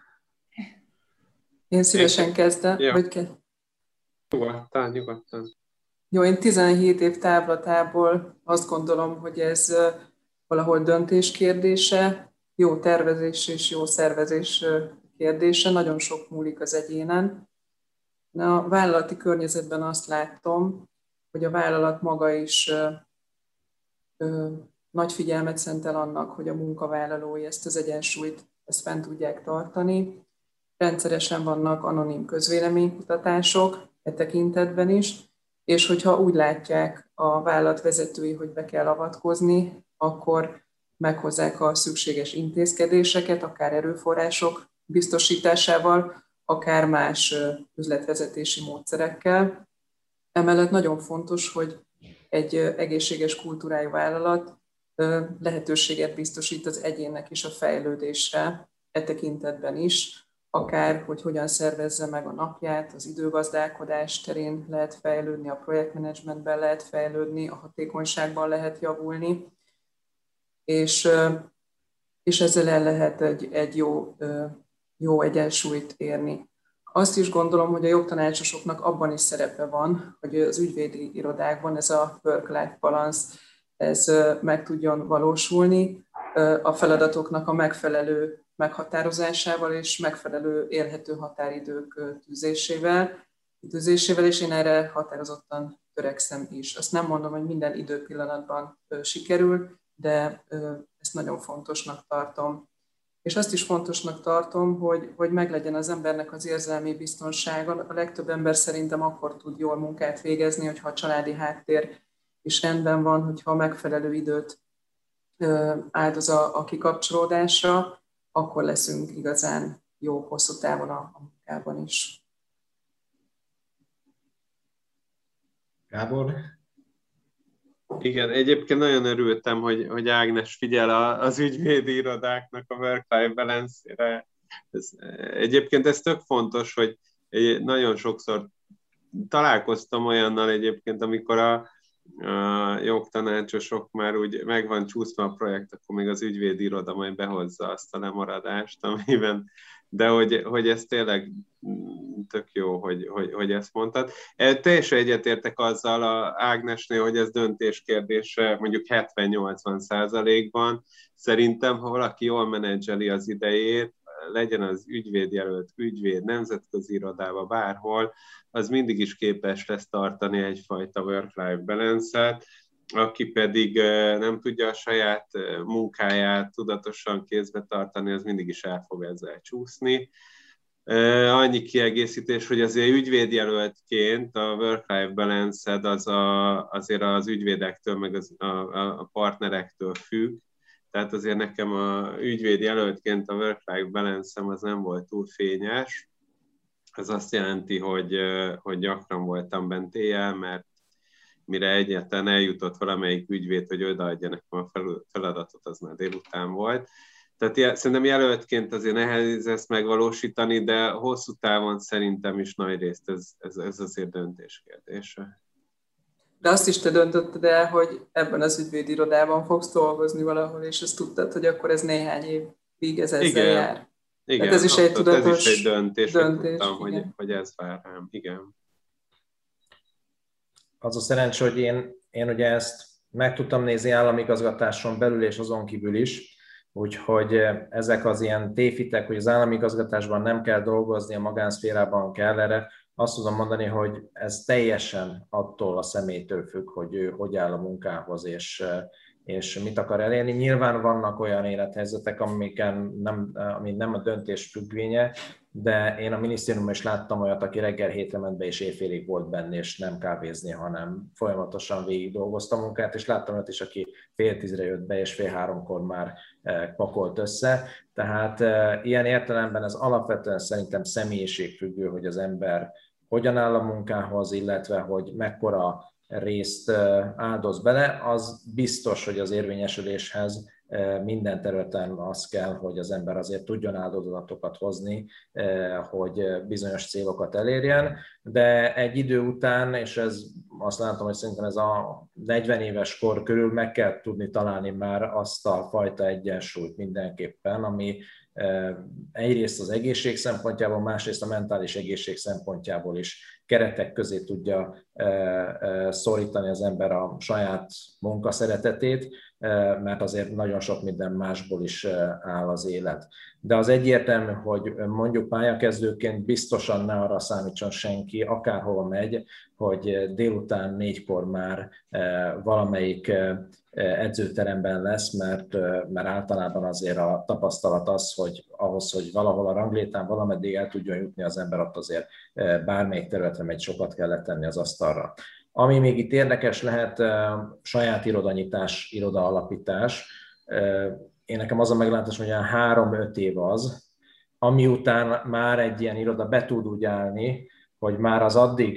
Én szívesen kezdem. Ja. Hogy kezd? Nyugodtan, nyugodtan. Jó, én tizenhét év távlatából azt gondolom, hogy ez valahol döntés kérdése, jó tervezés és jó szervezés kérdése, nagyon sok múlik az egyénen. A vállalati környezetben azt látom, hogy a vállalat maga is ö, ö, nagy figyelmet szentel annak, hogy a munkavállalói ezt az egyensúlyt ezt fent tudják tartani. Rendszeresen vannak anonim közvéleménykutatások e tekintetben is, és hogyha úgy látják a vállalat vezetői, hogy be kell avatkozni, akkor meghozzák a szükséges intézkedéseket, akár erőforrások biztosításával, akár más üzletvezetési módszerekkel. Emellett nagyon fontos, hogy egy egészséges kultúrájú vállalat lehetőséget biztosít az egyénnek is a fejlődésre, e tekintetben is, akár, hogy hogyan szervezze meg a napját, az időgazdálkodás terén lehet fejlődni, a projektmenedzsmentben lehet fejlődni, a hatékonyságban lehet javulni. És és ezzel el lehet egy, egy jó, jó egyensúlyt érni. Azt is gondolom, hogy a jogtanácsosoknak abban is szerepe van, hogy az ügyvédi irodákban ez a work-life balance ez meg tudjon valósulni a feladatoknak a megfelelő meghatározásával és megfelelő élhető határidők tűzésével, tűzésével, és én erre határozottan törekszem is. Azt nem mondom, hogy minden időpillanatban sikerül, de ezt nagyon fontosnak tartom. És azt is fontosnak tartom, hogy, hogy meglegyen az embernek az érzelmi biztonsága. A legtöbb ember szerintem akkor tud jól munkát végezni, hogyha a családi háttér is rendben van, hogyha megfelelő időt áldoz a, a kikapcsolódásra, akkor leszünk igazán jó hosszú távon a, a munkában is. Gábor? Igen, egyébként nagyon örültem, hogy, hogy Ágnes figyel az ügyvédi irodáknak a work-life balance-ére. Ez, egyébként ez tök fontos, hogy nagyon sokszor találkoztam olyannal egyébként, amikor a, a jogtanácsosok már úgy meg van csúszva a projekt, akkor még az ügyvédi iroda majd behozza azt a lemaradást, amiben, de hogy, hogy ez tényleg tök jó, hogy, hogy, hogy ezt mondtad. Teljesen egyetértek azzal a Ágnesnél, hogy ez döntés kérdése mondjuk hetven-nyolcvan százalékban. Szerintem, ha valaki jól menedzseli az idejét, legyen az ügyvédjelölt, ügyvéd, nemzetközi irodába, bárhol, az mindig is képes lesz tartani egyfajta work-life balance-et, aki pedig nem tudja a saját munkáját tudatosan kézbe tartani, az mindig is el fog ezzel csúszni. Annyi kiegészítés, hogy azért ügyvédjelöltként a work-life balance-ed az a, azért az ügyvédektől, meg az, a, a partnerektől függ. Tehát azért nekem a ügyvédjelöltként a work-life balance-em az nem volt túl fényes. Ez azt jelenti, hogy, hogy gyakran voltam bent éjjel, mert mire egyáltalán eljutott valamelyik ügyvéd, hogy odaadja nekem a feladatot, az már délután volt. Tehát szerintem jelöltként azért nehéz ezt megvalósítani, de hosszú távon szerintem is nagy részt ez, ez, ez azért döntés kérdése. De azt is te döntötted el, hogy ebben az ügyvédirodában fogsz dolgozni valahol, és ezt tudtad, hogy akkor ez néhány évig ez ezzel igen, jár. Igen, tehát ez is egy tudatos ez is egy döntés, döntés tudtam, hogy, hogy ez vár rám. Igen. Az a szerencsé, hogy én, én ugye ezt meg tudtam nézni államigazgatáson belül és azon kívül is, úgyhogy ezek az ilyen tévhitek, hogy az államigazgatásban nem kell dolgozni, a magánszférában kell erre, azt tudom mondani, hogy ez teljesen attól a személytől függ, hogy ő hogy áll a munkához, és, és mit akar elérni. Nyilván vannak olyan élethelyzetek, amiken nem, ami nem a döntés függvénye, de én a minisztériumban is láttam olyat, aki reggel hétre ment be, és éjfélig volt benne, és nem kávézni, hanem folyamatosan végig dolgozta a munkát, és láttam olyat is, aki fél tízre jött be, és fél háromkor már pakolt össze. Tehát ilyen értelemben ez alapvetően szerintem személyiségfüggő, hogy az ember hogyan áll a munkához, illetve hogy mekkora részt áldoz bele. Az biztos, hogy az érvényesüléshez minden területen az kell, hogy az ember azért tudjon áldozatokat hozni, hogy bizonyos célokat elérjen, de egy idő után, és ez azt látom, hogy szerintem ez a negyven éves kor körül meg kell tudni találni már azt a fajta egyensúlyt mindenképpen, ami egyrészt az egészség szempontjából, másrészt a mentális egészség szempontjából is keretek közé tudja szorítani az ember a saját munkaszeretetét, mert azért nagyon sok minden másból is áll az élet. De az egyértelmű, hogy mondjuk pályakezdőként biztosan ne arra számítson senki, akárhova megy, hogy délután négykor már valamelyik edzőteremben lesz, mert, mert általában azért a tapasztalat az, hogy ahhoz, hogy valahol a ranglétán valameddig el tudjon jutni az ember, ott azért bármelyik területre megy, sokat kell letenni az asztalra. Ami még itt érdekes lehet, saját irodanyitás, irodaalapítás. Én nekem az a meglátás, hogy olyan három-öt év az, ami után már egy ilyen iroda be tud úgy állni, hogy már az addig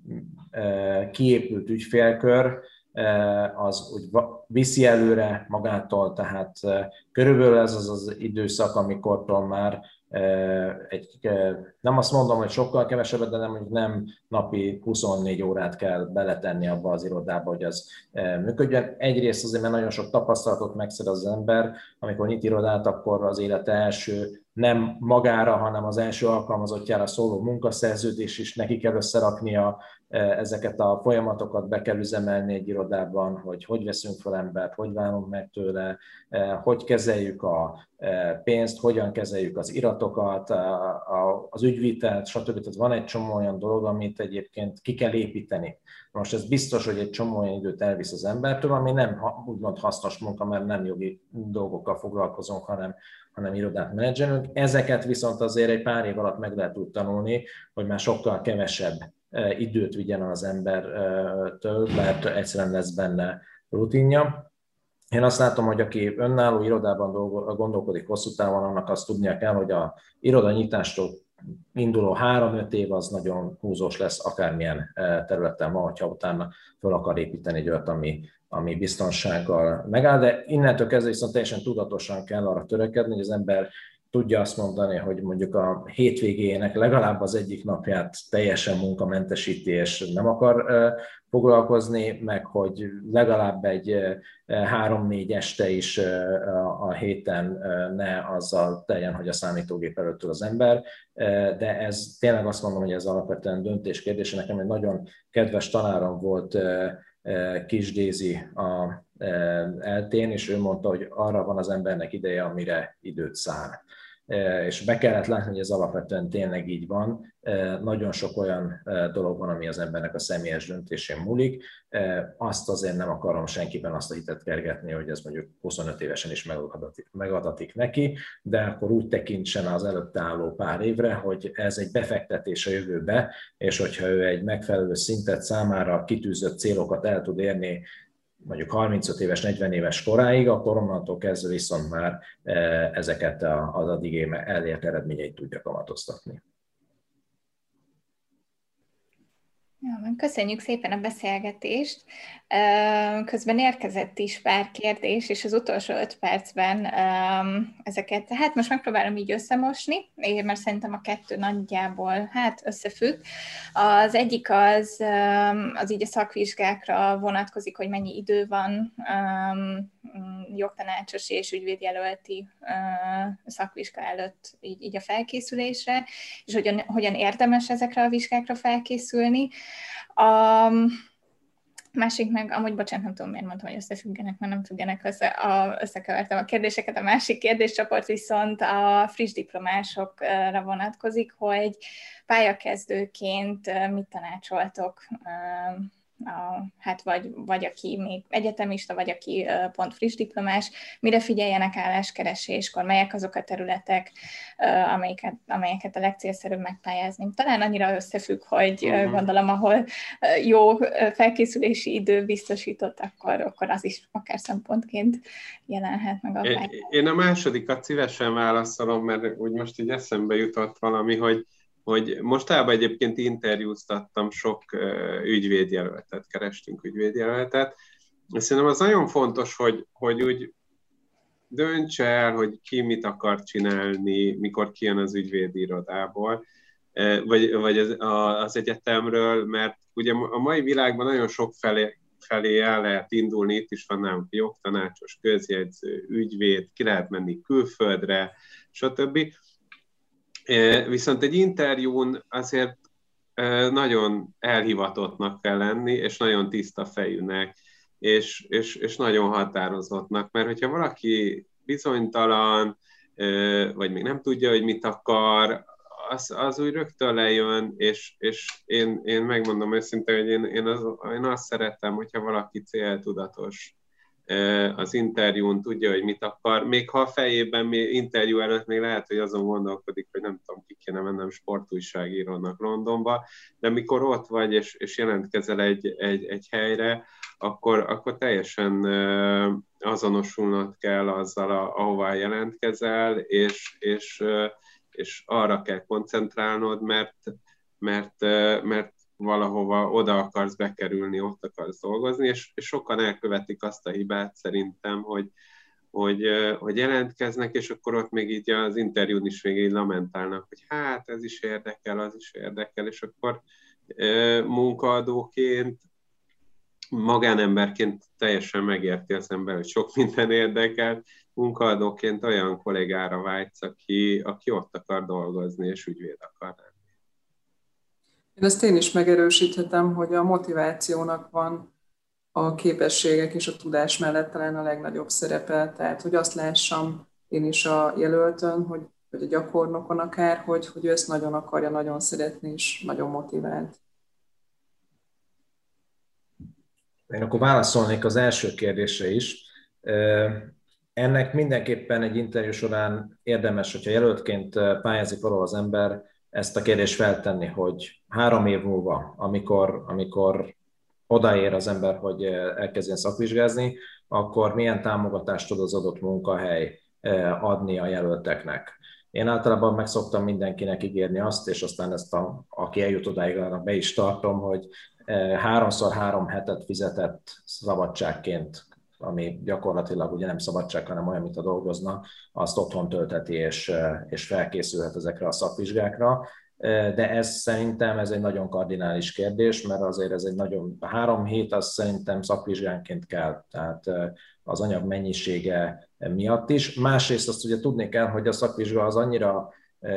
kiépült ügyfélkör, az úgy viszi előre magától, tehát körülbelül ez az az időszak, amikortól már egy, nem azt mondom, hogy sokkal kevesebbet, de nem, mondjuk nem napi huszonnégy órát kell beletenni abba az irodába, hogy az működjön. Egyrészt azért, mert nagyon sok tapasztalatot megszed az ember, amikor nyit irodát, akkor az élete első nem magára, hanem az első alkalmazottjára szóló munkaszerződés is neki kell összeraknia, ezeket a folyamatokat be kell üzemelni egy irodában, hogy hogy veszünk fel embert, hogy válunk meg tőle, hogy kezeljük a pénzt, hogyan kezeljük az iratokat, az ügyvitelt, stb. Tehát van egy csomó olyan dolog, amit egyébként ki kell építeni. Most ez biztos, hogy egy csomó olyan időt elvisz az embertől, ami nem úgymond hasznos munka, mert nem jogi dolgokkal foglalkozunk, hanem, hanem irodát menedzselünk. Ezeket viszont azért egy pár év alatt meg lehet úgy tanulni, hogy már sokkal kevesebb időt vigyen az embertől, mert egyszerűen lesz benne rutinja. Én azt látom, hogy aki önálló irodában gondolkodik hosszú távon, annak azt tudnia kell, hogy a iroda nyitástól induló három-öt év az nagyon húzós lesz, akármilyen területen van, hogyha utána fel akar építeni egy olyat, ami, ami biztonsággal megáll, de innentől kezdve viszont teljesen tudatosan kell arra törekedni, hogy az ember tudja azt mondani, hogy mondjuk a hétvégének legalább az egyik napját teljesen munkamentesíti, és nem akar foglalkozni, meg hogy legalább egy három-négy este is a héten ne azzal teljen, hogy a számítógép előtt ül az ember, de ez tényleg azt mondom, hogy ez alapvetően döntés kérdése. Nekem egy nagyon kedves tanárom volt, Kis Dézi a eltén, és ő mondta, hogy arra van az embernek ideje, amire időt szán. És be kellett látni, hogy ez alapvetően tényleg így van. Nagyon sok olyan dolog van, ami az embernek a személyes döntésén múlik. Azt azért nem akarom senkiben azt a hitet kergetni, hogy ez mondjuk huszonöt évesen is megadatik, megadatik neki, de akkor úgy tekintsen az előtte álló pár évre, hogy ez egy befektetés a jövőbe, és hogyha ő egy megfelelő szintet számára kitűzött célokat el tud érni, mondjuk harmincöt éves, negyven éves koráig, akkor onnantól kezdve viszont már ezeket az addig elért eredményeit tudja kamatoztatni. Ja, köszönjük szépen a beszélgetést. Közben érkezett is pár kérdés, és az utolsó öt percben ezeket, hát most megpróbálom így összemosni, mert szerintem a kettő nagyjából hát összefügg. Az egyik az, az így a szakvizsgákra vonatkozik, hogy mennyi idő van jogtanácsosi és ügyvédjelölti szakvizsga előtt így, így a felkészülésre, és hogyan, hogyan érdemes ezekre a vizsgákra felkészülni. A másik meg, amúgy bocsánat, nem tudom, miért mondtam, hogy összefüggenek, mert nem függenek össze, a, összekevertem a kérdéseket. A másik kérdéscsoport viszont a friss diplomásokra vonatkozik, hogy pályakezdőként mit tanácsoltok, a, hát vagy, vagy aki még egyetemista, vagy aki pont friss diplomás, mire figyeljenek álláskereséskor, melyek azok a területek, amelyeket, amelyeket a legcélszerűbb megpályázni. Talán annyira összefügg, hogy uh-huh. gondolom, ahol jó felkészülési idő biztosított, akkor, akkor az is akár szempontként jelenhet meg a pályán. Én a másodikat szívesen válaszolom, mert úgy most így eszembe jutott valami, hogy hogy mostában egyébként interjúztattam, sok ügyvédjelöltet, kerestünk ügyvédjelöltet, és szerintem az nagyon fontos, hogy, hogy úgy dönts el, hogy ki mit akar csinálni, mikor kijön az ügyvédi irodából, vagy, vagy az, az egyetemről, mert ugye a mai világban nagyon sok felé, felé el lehet indulni, itt is van nálunk jogtanácsos, közjegyző, ügyvéd, ki lehet menni külföldre, stb. Viszont egy interjún azért nagyon elhivatottnak kell lenni, és nagyon tiszta fejűnek, és, és, és nagyon határozottnak, mert hogyha valaki bizonytalan, vagy még nem tudja, hogy mit akar, az, az úgy rögtön lejön, és, és én, én megmondom őszintén, hogy én, én, az, én azt szeretem, hogyha valaki céltudatos az interjún, tudja, hogy mit akar, még ha a fejében még interjú előtt még lehet, hogy azon gondolkodik, hogy nem tudom, ki kéne mennem sportújságírónak Londonba, de mikor ott vagy, és, és jelentkezel egy, egy, egy helyre, akkor, akkor teljesen azonosulnod kell azzal, ahová jelentkezel, és, és, és arra kell koncentrálnod, mert, mert, mert valahova oda akarsz bekerülni, ott akarsz dolgozni, és, és sokan elkövetik azt a hibát szerintem, hogy, hogy, hogy jelentkeznek, és akkor ott még így az interjún is még így lamentálnak, hogy hát ez is érdekel, az is érdekel, és akkor munkaadóként, magánemberként teljesen megérti az ember, hogy sok minden érdekel, munkaadóként olyan kollégára vágysz, aki, aki ott akar dolgozni, és ügyvéd akar lenni. Én ezt én is megerősíthetem, hogy a motivációnak van a képességek és a tudás mellett talán a legnagyobb szerepe. Tehát, hogy azt lássam én is a jelöltön, hogy, hogy a gyakornokon akár, hogy, hogy ő ezt nagyon akarja, nagyon szeretni, és nagyon motivált. Én akkor válaszolnék az első kérdésre is. Ennek mindenképpen egy interjú során érdemes, hogyha jelöltként pályázik valahol az ember, ezt a kérdést feltenni, hogy három év múlva, amikor, amikor odaér az ember, hogy elkezdjen szakvizsgázni, akkor milyen támogatást tud az adott munkahely adni a jelölteknek. Én általában meg szoktam mindenkinek ígérni azt, és aztán ezt, a, aki eljut odáig, arra be is tartom, hogy háromszor három hetet fizetett szabadságként, ami gyakorlatilag ugye nem szabadság, hanem olyan, mint a dolgozna, azt otthon töltheti és, és felkészülhet ezekre a szakvizsgákra. De ez szerintem ez egy nagyon kardinális kérdés, mert azért ez egy nagyon, három hét az szerintem szakvizsgánként kell, tehát az anyag mennyisége miatt is. Másrészt azt ugye tudni kell, hogy a szakvizsga az annyira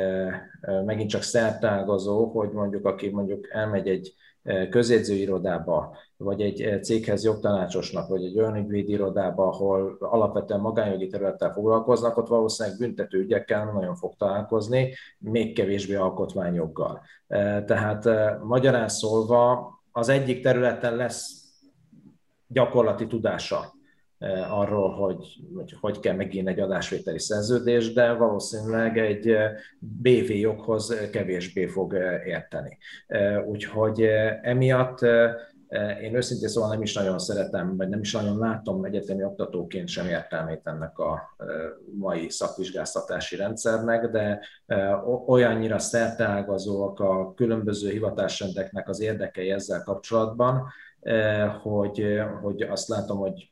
megint csak szertágazó, hogy mondjuk aki mondjuk elmegy egy közjegyzőirodába, vagy egy céghez jogtanácsosnak, vagy egy olyan ügyvédi irodába, ahol alapvetően magánjogi területtel foglalkoznak, ott valószínűleg büntető ügyekkel nem nagyon fog találkozni, még kevésbé alkotmányjoggal. Tehát magyarán szólva az egyik területen lesz gyakorlati tudása arról, hogy, hogy hogy kell megint egy adásvételi szerződés, de valószínűleg egy bé vé joghoz kevésbé fog érteni. Úgyhogy emiatt én őszintén szóval nem is nagyon szeretem, vagy nem is nagyon látom egyetemi oktatóként sem értelmét ennek a mai szakvizsgáztatási rendszernek, de olyannyira szerteágazóak a különböző hivatásrendeknek az érdekei ezzel kapcsolatban, hogy, hogy azt látom, hogy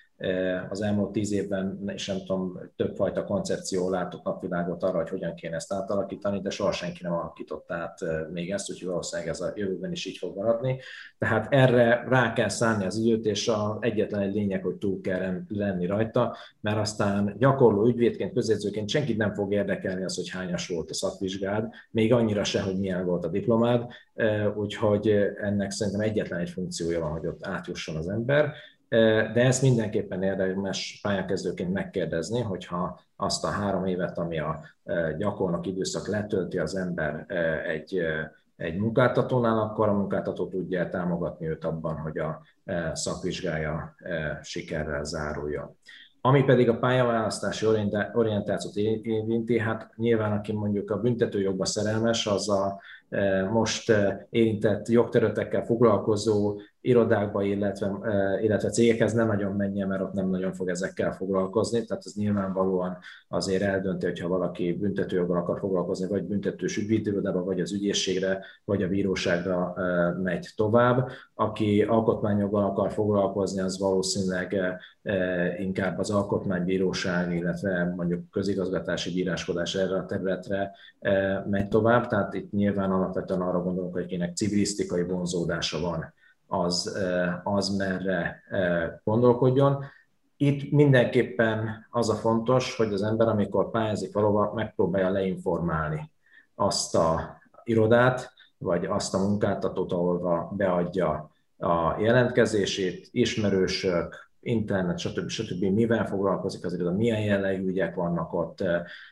az elmúlt tíz évben, és nem tudom, többfajta koncepció látott napvilágot arra, hogy hogyan kéne ezt átalakítani, de soha senki nem alakított át még ezt, úgyhogy valószínűleg ez a jövőben is így fog maradni. Tehát erre rá kell szállni az időt, és az egyetlen egy lényeg, hogy túl kell lenni rajta, mert aztán gyakorló ügyvédként, közjegyzőként senkit nem fog érdekelni az, hogy hányas volt a szakvizsgád, még annyira se, hogy milyen volt a diplomád, úgyhogy ennek szerintem egyetlen egy funkciója van, hogy ott átjusson az ember. De ezt mindenképpen érdemes pályakezdőként megkérdezni, hogyha azt a három évet, ami a gyakornoki időszak letölti az ember egy, egy munkáltatónál, akkor a munkáltató tudja támogatni őt abban, hogy a szakvizsgája sikerrel záruljon. Ami pedig a pályaválasztási orientációt érinti, hát nyilván aki mondjuk a büntetőjogba szerelmes, az a most érintett jogterületekkel foglalkozó irodákba, illetve, illetve cégekhez nem nagyon menjen, mert ott nem nagyon fog ezekkel foglalkozni. Tehát ez nyilvánvalóan azért eldönti, hogyha valaki büntetőjoggal akar foglalkozni, vagy büntetős ügyvédirodába, vagy az ügyészségre, vagy a bíróságra megy tovább. Aki alkotmányjoggal akar foglalkozni, az valószínűleg inkább az alkotmánybíróság, illetve mondjuk közigazgatási bíráskodás erre a területre megy tovább. Tehát itt nyilván alapvetően arra gondolunk, hogy akinek civilisztikai vonzódása van, az, az merre gondolkodjon. Itt mindenképpen az a fontos, hogy az ember, amikor pályázik valóban, megpróbálja leinformálni azt a irodát, vagy azt a munkáltatót, ahol beadja a jelentkezését, ismerősök, internet, stb. stb. Mivel foglalkozik az iroda, milyen jellegű ügyek vannak ott,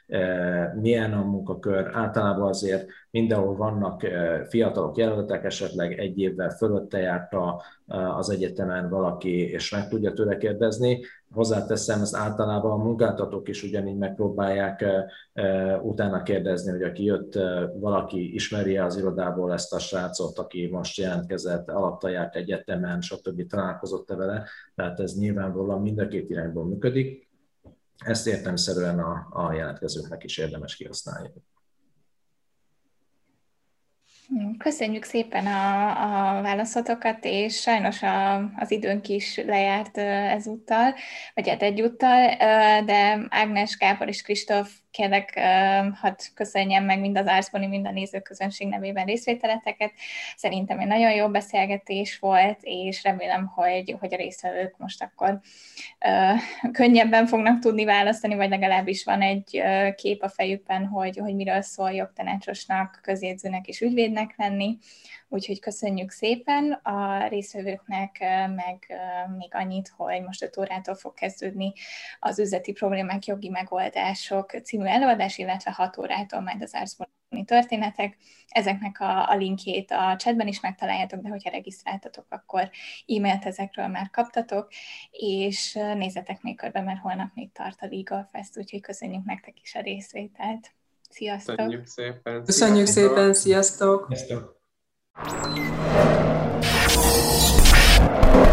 milyen a munkakör. Általában azért mindenhol vannak fiatalok, jelöltek, esetleg egy évvel fölötte járt az egyetemen valaki, és meg tudja tőle kérdezni. Hozzáteszem, ezt általában a munkáltatók is ugyanígy megpróbálják utána kérdezni, hogy aki jött, valaki ismeri az irodából ezt a srácot, aki most jelentkezett, alatta járt egyetemen, stb. Találkozott-e vele. Tehát ez nyilvánvalóan mind a két irányból működik. Ezt értelemszerűen a, a jelentkezőknek is érdemes kihasználni. Köszönjük szépen a, a válaszotokat, és sajnos a, az időnk is lejárt ezúttal, vagy hát egyúttal, de Ágnes, Gábor és Kristóf, kérlek, hadd köszönjem meg mind az Ars-Boni, mind a nézőközönség nevében részvételeteket. Szerintem egy nagyon jó beszélgetés volt, és remélem, hogy, hogy a résztvevők most akkor uh, könnyebben fognak tudni választani, vagy legalábbis van egy uh, kép a fejükben, hogy, hogy miről szól jogtanácsosnak, közjegyzőnek és ügyvédnek lenni. Úgyhogy köszönjük szépen a résztvevőknek, meg még annyit, hogy most öt órától fog kezdődni az üzleti problémák jogi megoldások című előadás, illetve hat órától majd az Ars-Boni történetek. Ezeknek a, a linkjét a chatben is megtaláljátok, de hogyha regisztráltatok, akkor e-mailt ezekről már kaptatok, és nézzetek még körbe, mert holnap még tart a Legal Fest, úgyhogy köszönjük nektek is a részvételt. Sziasztok! Köszönjük szépen! Köszönjük szépen, sziasztok! Sziasztok!